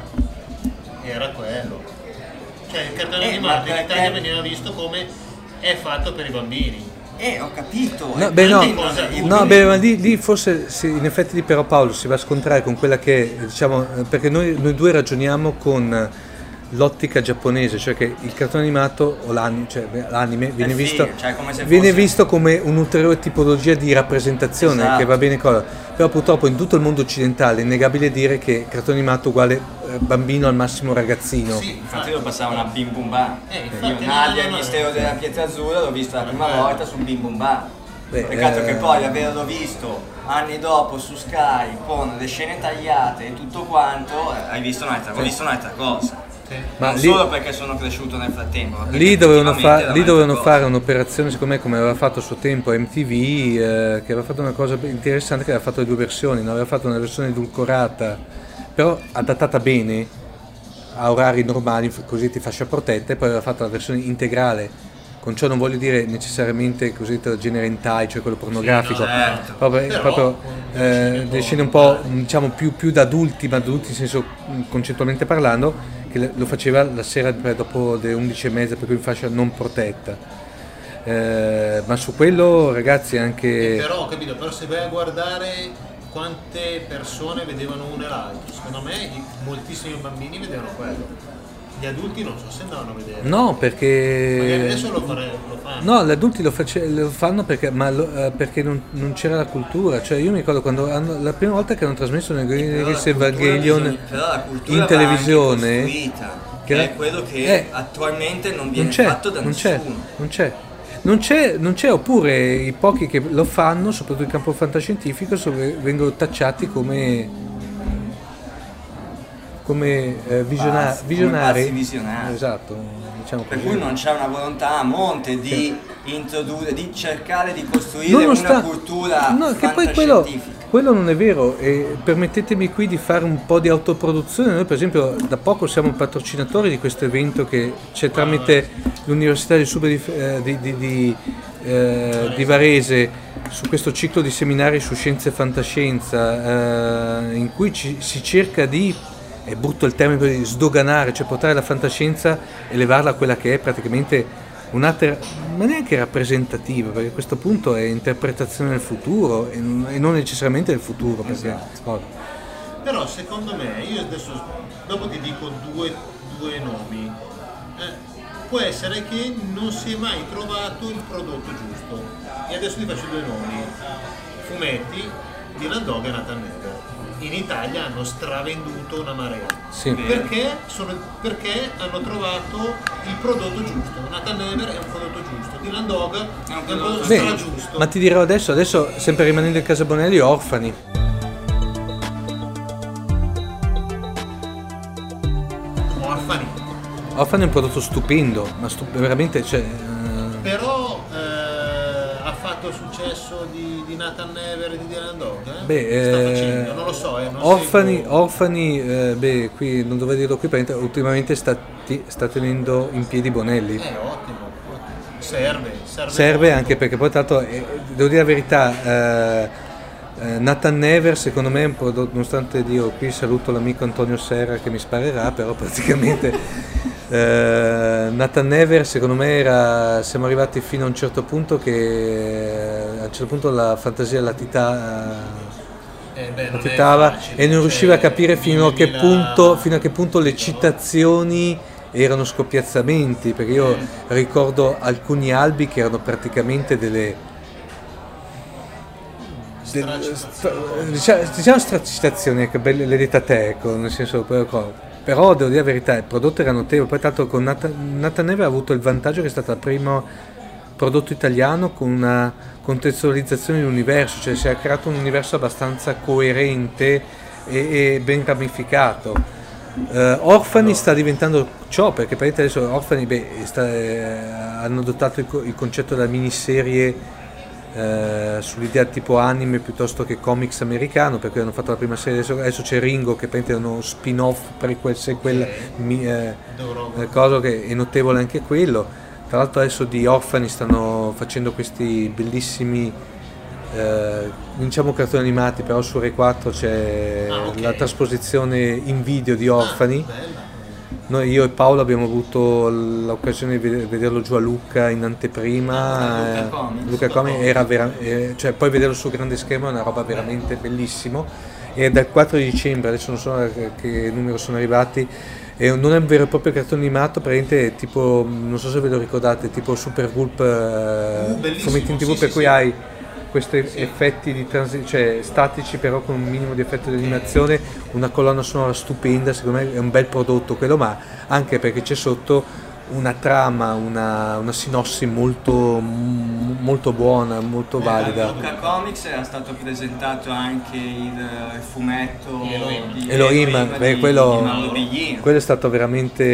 era quello. Cioè il cartone Eh, animato ma in perché- Italia veniva visto come è fatto per i bambini. Eh, ho capito. No, eh, beh, no, quindi cosa- il- no, beh, ma lì, lì forse sì, in effetti lì però Paolo si va a scontrare con quella che diciamo, eh, perché noi, noi due ragioniamo con l'ottica giapponese, cioè che il cartone animato o l'anime, cioè l'anime viene, figo, visto, cioè come se viene fosse- visto come un'ulteriore tipologia di rappresentazione, Esatto. che va bene cosa, però purtroppo in tutto il mondo occidentale è innegabile dire che il cartone animato uguale eh, bambino al massimo ragazzino. Sì, Infatti io passavo una Bim Bum Bam. Eh, Io infatti, Nadia no, no, il no, mistero no. della pietra azzurra l'ho visto la prima volta su Bim Bum Bam. Beh, Peccato eh, che poi averlo visto anni dopo su Sky con le scene tagliate e tutto quanto, eh, hai visto un'altra, ho visto un'altra cosa. Sì. Ma non lì- solo perché sono cresciuto nel frattempo, ma perché Lì dovevano, effettivamente fa- era lì un'altra dovevano cosa. fare un'operazione, secondo me, come aveva fatto a suo tempo M T V, eh, che aveva fatto una cosa interessante, che aveva fatto le due versioni, no? Aveva fatto una versione edulcorata, però adattata bene a orari normali, f- così ti fascia protetta, e poi aveva fatto la versione integrale. Con ciò non voglio dire necessariamente il cosiddetto genere hentai, cioè quello pornografico, no, certo. proprio, Però, proprio, con eh, delle delle scene scene un po' diciamo più, più da adulti, ma adulti in senso mh, concettualmente parlando, che le- lo faceva la sera beh, dopo le undici e mezza, per cui in fascia non protetta. Eh, ma su quello ragazzi anche... Però ho capito, però se vai a guardare quante persone vedevano uno e l'altro, secondo me i- moltissimi bambini vedevano quello. Gli adulti non so se andavano a vedere. No, Magari perché... adesso lo, fare, lo fanno. No, gli adulti lo, face- lo fanno perché, ma lo- eh, perché non, non c'era la cultura. Cioè io mi ricordo quando hanno, la prima volta che hanno trasmesso Però la Negrese cultura Evangelion bisogna- però la cultura in va televisione, anche costruita, che che la- è quello che eh, attualmente non non viene c'è, fatto da non c'è, nessuno. non c'è. Non c'è, non c'è, oppure i pochi che lo fanno, soprattutto in campo fantascientifico, so- vengono tacciati come come eh, visiona- Pazzi, come visionari. pazzi visionari. Esatto, diciamo Per così. cui non c'è una volontà a monte di introdurre, di cercare di costruire Non lo una sta- cultura no, che poi quello, fantascientifica. quello non è vero, e permettetemi qui di fare un po' di autoproduzione. Noi per esempio da poco siamo patrocinatori di questo evento che c'è tramite l'Università di, Super di, eh, di, di, di, eh, di Varese, su questo ciclo di seminari su scienza e fantascienza, eh, in cui ci, si cerca di, è brutto il termine, di sdoganare, cioè portare la fantascienza e levarla a quella che è praticamente un'altra, ma neanche rappresentativa, perché a questo punto è interpretazione del futuro e non, e non necessariamente del futuro, perché, Esatto. cosa. Però secondo me, io adesso dopo ti dico due, due nomi, eh, può essere che non si è mai trovato il prodotto giusto. E adesso ti faccio due nomi: fumetti, Dylan Dog e Nathan Never. In Italia hanno stravenduto una marea. Sì. Perché, sono, perché hanno trovato il prodotto giusto. Nathan Never è un prodotto giusto, Dylan Dog è un prodotto Beh, stra giusto. ma ti dirò adesso, adesso sempre rimanendo in casa Bonelli, Orfani. Orfani. Orfani è un prodotto stupendo, ma stu- veramente, cioè, eh, Però eh, ha fatto il successo di, di Nathan Never e di Dylan Dog? Eh? beh, Sta eh, facendo, non lo so. Eh, non Orfani, seguo. Orfani eh, beh, qui non dovrei dirlo qui, perché ultimamente sta, ti- sta tenendo in piedi Bonelli. Eh, ottimo, ottimo. Serve, serve. Serve molto. anche perché poi tra l'altro, eh, devo dire la verità, eh, eh, Nathan Never secondo me è un prodotto, nonostante Dio, qui saluto l'amico Antonio Serra che mi sparerà, però praticamente eh, Nathan Never secondo me era, siamo arrivati fino a un certo punto che eh, a un certo punto la fantasia latita, Eh, beh, non è latitava facile, e non riusciva a cioè, capire fino a che duemila punto, fino a che punto le citazioni erano scoppiazzamenti, perché io ricordo alcuni albi che erano praticamente delle, del- sta- diciamo, diciamo stracitazioni, che belle le dite a te, ecco, nel senso, però, però devo dire la verità, il prodotto era notevole. Poi tanto con Nathan, Nathan Never ha avuto il vantaggio che è stato il primo prodotto italiano con una contestualizzazione dell'universo, cioè si è creato un universo abbastanza coerente e, e ben ramificato. Uh, Orfani sta diventando ciò, perché praticamente adesso Orfani beh, sta, eh, hanno adottato il, co- il concetto della miniserie eh, sull'idea tipo anime piuttosto che comics americano, perché hanno fatto la prima serie, adesso, adesso c'è Ringo che praticamente è uno spin-off per quel sequel, mi, eh, eh, cosa che è notevole anche quello. Tra l'altro adesso di Orfani stanno facendo questi bellissimi eh, diciamo cartoni animati, però su Rai quattro c'è Ah, ok. la trasposizione in video di Orfani. Ah, bella. Noi, io e Paolo abbiamo avuto l'occasione di ved- vederlo giù a Lucca in anteprima. Ah, Lucca eh, Comics. Lucca Comics era vera- eh, cioè poi vederlo sul grande schermo è una roba veramente bellissimo. E dal quattro di dicembre, adesso non so che, che numero sono arrivati, e non è un vero e proprio cartone animato, praticamente è tipo, non so se ve lo ricordate, tipo Super Gulp eh, bellissimo, fumetti in tv, sì, per sì, cui sì. hai questi effetti di transi- cioè statici però con un minimo di effetto di animazione, una colonna sonora stupenda, secondo me è un bel prodotto quello, ma anche perché c'è sotto una trama, una, una sinossi molto, m- molto buona, molto valida. Luca Comics era stato presentato anche il, il fumetto di Elohim, beh, di- quello, di Mauro Biglino. quello è stato veramente,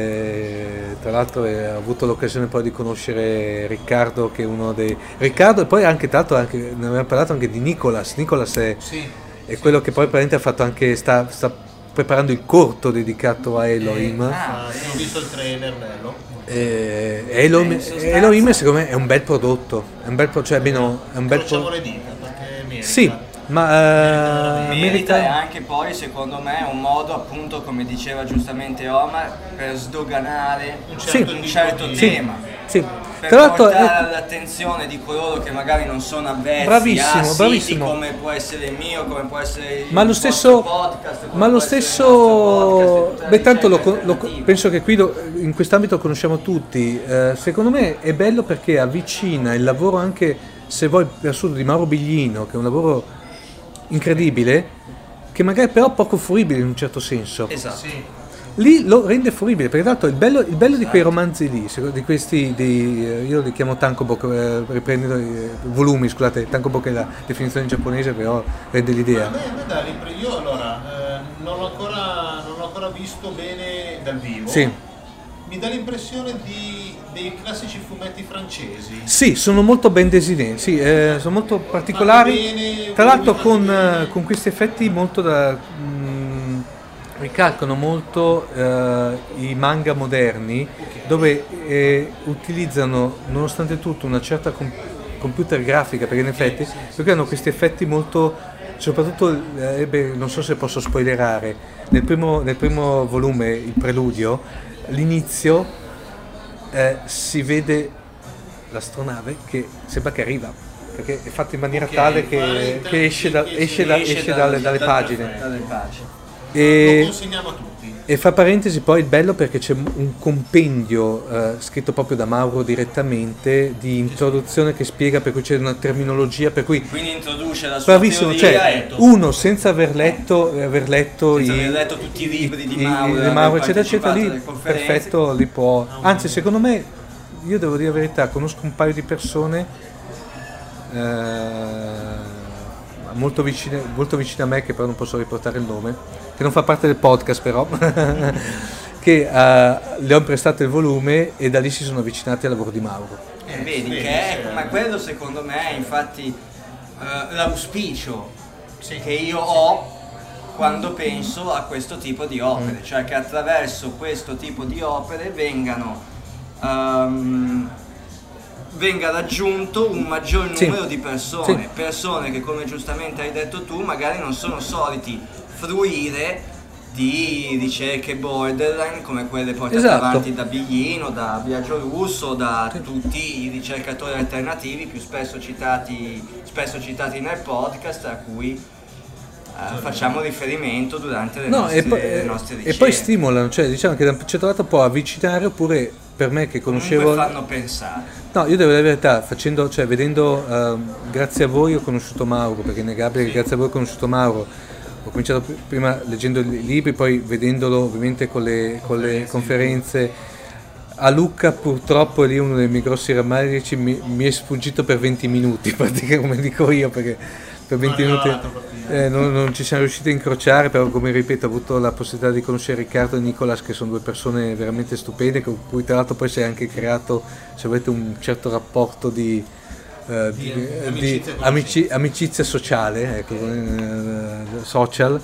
eh, tra l'altro eh, ho avuto l'occasione poi di conoscere Riccardo, che è uno dei Riccardo, e poi anche tra l'altro anche, ne abbiamo parlato anche di Nicolas. Nicolas è, Sì. è quello che poi praticamente ha fatto anche, sta, sta preparando il corto dedicato a Elohim. Ah, Ah, io ho visto il trailer, bello. Eh, Elohim, in sostanza- Elohim secondo me è un bel prodotto, è un bel, pro- cioè, almeno è un bel Facciamo pro- le dita perché merita. sì, ma eh, merita e merita. anche poi secondo me un modo, appunto, come diceva giustamente Omar, per sdoganare Un Sì. certo, un tipo certo di- Sì, tema, sì. per Tra l'altro portare eh, all'attenzione di coloro che magari non sono avvezzi Bravissimo, a siti bravissimo. come può essere il mio, come può essere il ma lo vostro stesso, podcast, come ma lo può essere il stesso, nostro podcast e tutta la beh, tanto lo, ricerca co- lo co- alternativa. penso che qui lo- in quest'ambito conosciamo tutti. Eh, secondo me è bello perché avvicina il lavoro, anche se vuoi per assurdo, di Mauro Biglino, che è un lavoro incredibile, che magari però poco fruibile in un certo senso. Esatto. Sì. Lì lo rende fruibile, perché tanto il bello, il bello di quei romanzi lì, secondo- di questi, di, eh, io li chiamo tankobok, eh, riprendendo i volumi, scusate, tankobok è la definizione in giapponese, però rende A l'idea. me, a me dà l'impre- io allora eh, non, l'ho ancora, non l'ho ancora visto bene dal vivo. Sì. Mi dà l'impressione di, dei classici fumetti francesi. Sì, sono molto ben disegnati, sì, eh, sono molto particolari, Fatti bene, tra l'altro fatti con, bene. eh, con questi effetti molto da... mm, ricalcano molto eh, i manga moderni, dove eh, utilizzano nonostante tutto una certa com- computer grafica, perché in effetti perché hanno questi effetti molto, soprattutto eh, beh, non so se posso spoilerare, nel primo, nel primo volume, il preludio, l'inizio, eh, si vede l'astronave che sembra che arriva perché è fatto in maniera Ok, tale che, Valentine che esce, da- che esce, da- esce esce da- dalle, dalle da- pagine. dalle pagine. Lo E, consigliamo a tutti. e fra parentesi poi il bello perché c'è un compendio eh, scritto proprio da Mauro direttamente di introduzione che spiega, per cui c'è una terminologia per cui Quindi introduce la sua bravissimo, teoria cioè e uno senza aver letto, aver letto, Senza i, aver letto tutti i libri di i- Mauro, di aver Mauro, eccetera eccetera, partecipato lì alle conferenze. perfetto, li può, anzi secondo me, io devo dire la verità, conosco un paio di persone eh, molto vicine, molto vicine a me, che però non posso riportare il nome, che non fa parte del podcast però, che eh, le ho prestato il volume e da lì si sono avvicinati al lavoro di Mauro. Eh, vedi vedi, che è, sì. ma quello secondo me è infatti eh, l'auspicio Sì. che io ho quando penso a questo tipo di opere, cioè che attraverso questo tipo di opere vengano ehm, venga raggiunto un maggior Sì. numero di persone, Sì. persone che come giustamente hai detto tu magari non sono soliti fruire di ricerche borderline come quelle portate Esatto. avanti da Biglino, da Biagio Russo, da tutti i ricercatori alternativi più spesso citati, spesso citati nel podcast, a cui eh, facciamo riferimento durante le, No, nostre, e poi, le nostre e ricerche. poi stimolano, cioè diciamo che da un certo lato può avvicinare, oppure per me che conoscevo... Comunque fanno pensare. No, io devo dire la verità, facendo, cioè vedendo, ehm, grazie a voi ho conosciuto Mauro, perché è innegabile che grazie a voi ho conosciuto Mauro, ho cominciato pr- prima leggendo i libri, poi vedendolo ovviamente con le, con le conferenze. A Lucca purtroppo, lì uno dei miei grossi rammarici, mi, mi è sfuggito per venti minuti, praticamente come dico io, perché per venti Non minuti arriva l'altro partito. eh, non, non ci siamo riusciti a incrociare, però come ripeto ho avuto la possibilità di conoscere Riccardo e Nicolas, che sono due persone veramente stupende, con cui tra l'altro poi si è anche creato, se volete, un certo rapporto di, eh, di, Di eh, amicizia di con amici- amicizia sociale, ecco, eh, social.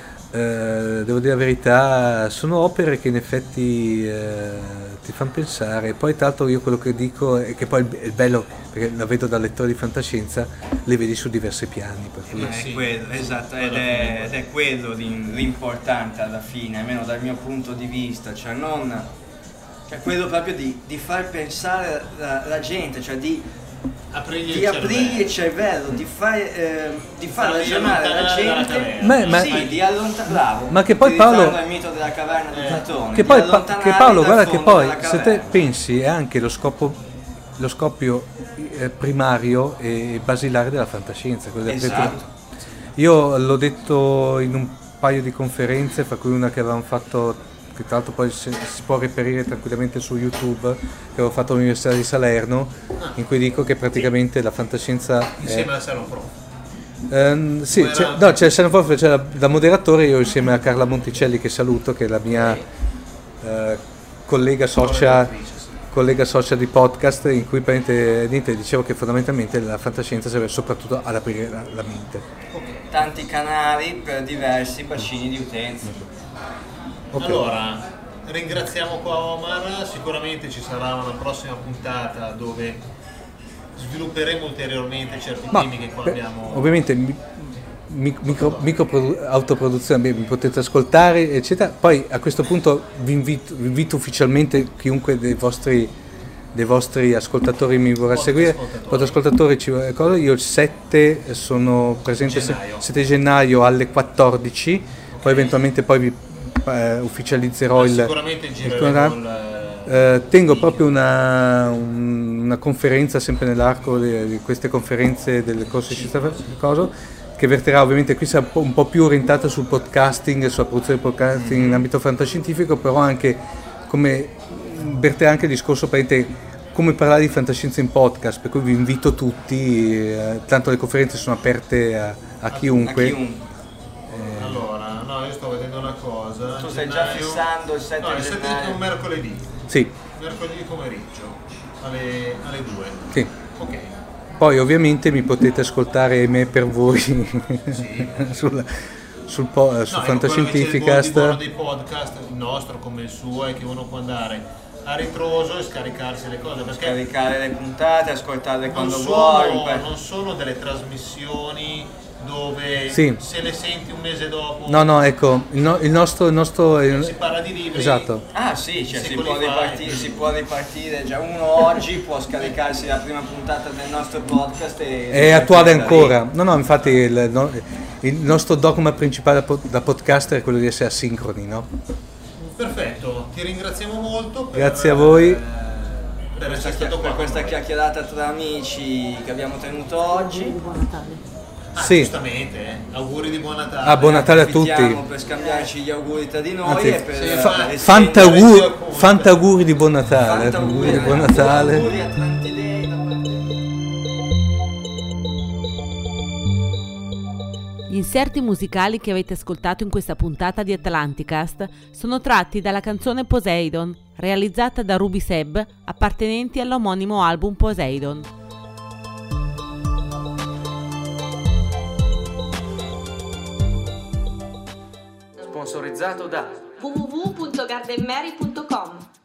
Eh, devo dire la verità, sono opere che in effetti eh, ti fanno pensare. Poi tra l'altro io quello che dico è che poi è bello, perché la vedo da lettore di fantascienza, le vedi su diversi piani, per cui- Ma è sì. quello, esatto, ed è, ed è quello di- l'importante alla fine, almeno dal mio punto di vista, cioè non, cioè quello proprio di, di far pensare la, la gente, cioè di, Aprirgli di il aprire il cervello. cervello, di far, eh, di far Farli ragionare la allontanare dalla gente, caverna. Beh, ma- sì, di allontanare, bravo, Ma che poi utilizzando Paolo- il mito della caverna di Eh, Platone, Che di poi, Pa- allontanarli che Paolo, dal guarda che fondo poi, della se te caverna. pensi, è anche lo scopo, lo scoppio eh, primario e basilare della fantascienza. quello che Esatto. detto- Io l'ho detto in un paio di conferenze, fra cui una che avevamo fatto, che tra l'altro poi si, si può reperire tranquillamente su YouTube, che avevo fatto all'Università di Salerno, in cui dico che praticamente la fantascienza è... Insieme al Salon Pro. Ehm, sì, Come c'è, era- no, c'è il Prof, c'è la- da moderatore io insieme a Carla Monticelli, che saluto, che è la mia eh, collega socia, collega socia di podcast, in cui praticamente, niente, dicevo che fondamentalmente la fantascienza serve soprattutto ad aprire la, la mente. Tanti canali per diversi bacini di utenza. Ok. Allora, ringraziamo qua Omar, sicuramente ci sarà una prossima puntata dove svilupperemo ulteriormente certi Ma, temi che qua beh, abbiamo... ovviamente mi- mi- micro, micro autoproduzione, beh, mi potete ascoltare eccetera. Poi a questo punto vi invito, vi invito ufficialmente, chiunque dei vostri, dei vostri ascoltatori mi vorrà Podcast seguire, ascoltatori. podcast ascoltatori ci vorrà- cosa, io il sette sono presente, Gennaio. sette gennaio alle quattordici, poi eventualmente poi vi eh, ufficializzerò il, Sicuramente il gireremo programma. il... Eh, tengo proprio una, un- una conferenza sempre nell'arco di, di queste conferenze del corso di scienza cosa, che verterà, ovviamente qui sarà un po', un po' più orientata sul podcasting, sulla produzione del podcasting in ambito fantascientifico, però anche come verterà anche il discorso praticamente come parlare di fantascienza in podcast, per cui vi invito tutti, eh, tanto le conferenze sono aperte a, a chiunque. A chiunque. Allora, no, io sto vedendo una cosa. Tu stai già gennaio- fissando il sette No, il sette gennaio. è un mercoledì. Sì, Mercoledì pomeriggio alle, alle due. sì. Ok. Poi ovviamente mi potete ascoltare me per voi sul, sul po- No, su ecco, Fantascientificast. quello che c'è il buono dei podcast, il nostro come il suo, è che uno può andare a ritroso e scaricarsi le cose, perché Caricare le puntate, ascoltarle non quando sono, vuoi. per- non sono delle trasmissioni dove Sì. se le senti un mese dopo No, no, ecco, il, no- il nostro... Il nostro si parla di libri. esatto. Ah sì, cioè si Secoli può, fa, ripartire, eh. si può ripartire, già uno oggi può scaricarsi la prima puntata del nostro podcast e... È attuale da lì. ancora. No, no, infatti il, no- il nostro dogma principale da, po- da podcaster è quello di essere asincroni, no? Perfetto, ti ringraziamo molto per, Grazie a voi. eh, per essere stato qua Per con questa noi. chiacchierata tra amici che abbiamo tenuto oggi. Buon Natale. Ah, Sì. giustamente, eh. Auguri di buon Natale. Ah, buon Natale a tutti. Approfittiamo per scambiarci gli auguri tra di noi Anzi, e per sì, eh, fa- estendere- Fantauguri, fantauguri di buon Natale. Fantauguri, di buon Natale. auguri a tanti dei da parte di- Gli inserti musicali che avete ascoltato in questa puntata di Atlanticast sono tratti dalla canzone Poseidon, realizzata da Ruby Seb, appartenenti all'omonimo album Poseidon. Sponsorizzato da w w w punto gardenmary punto com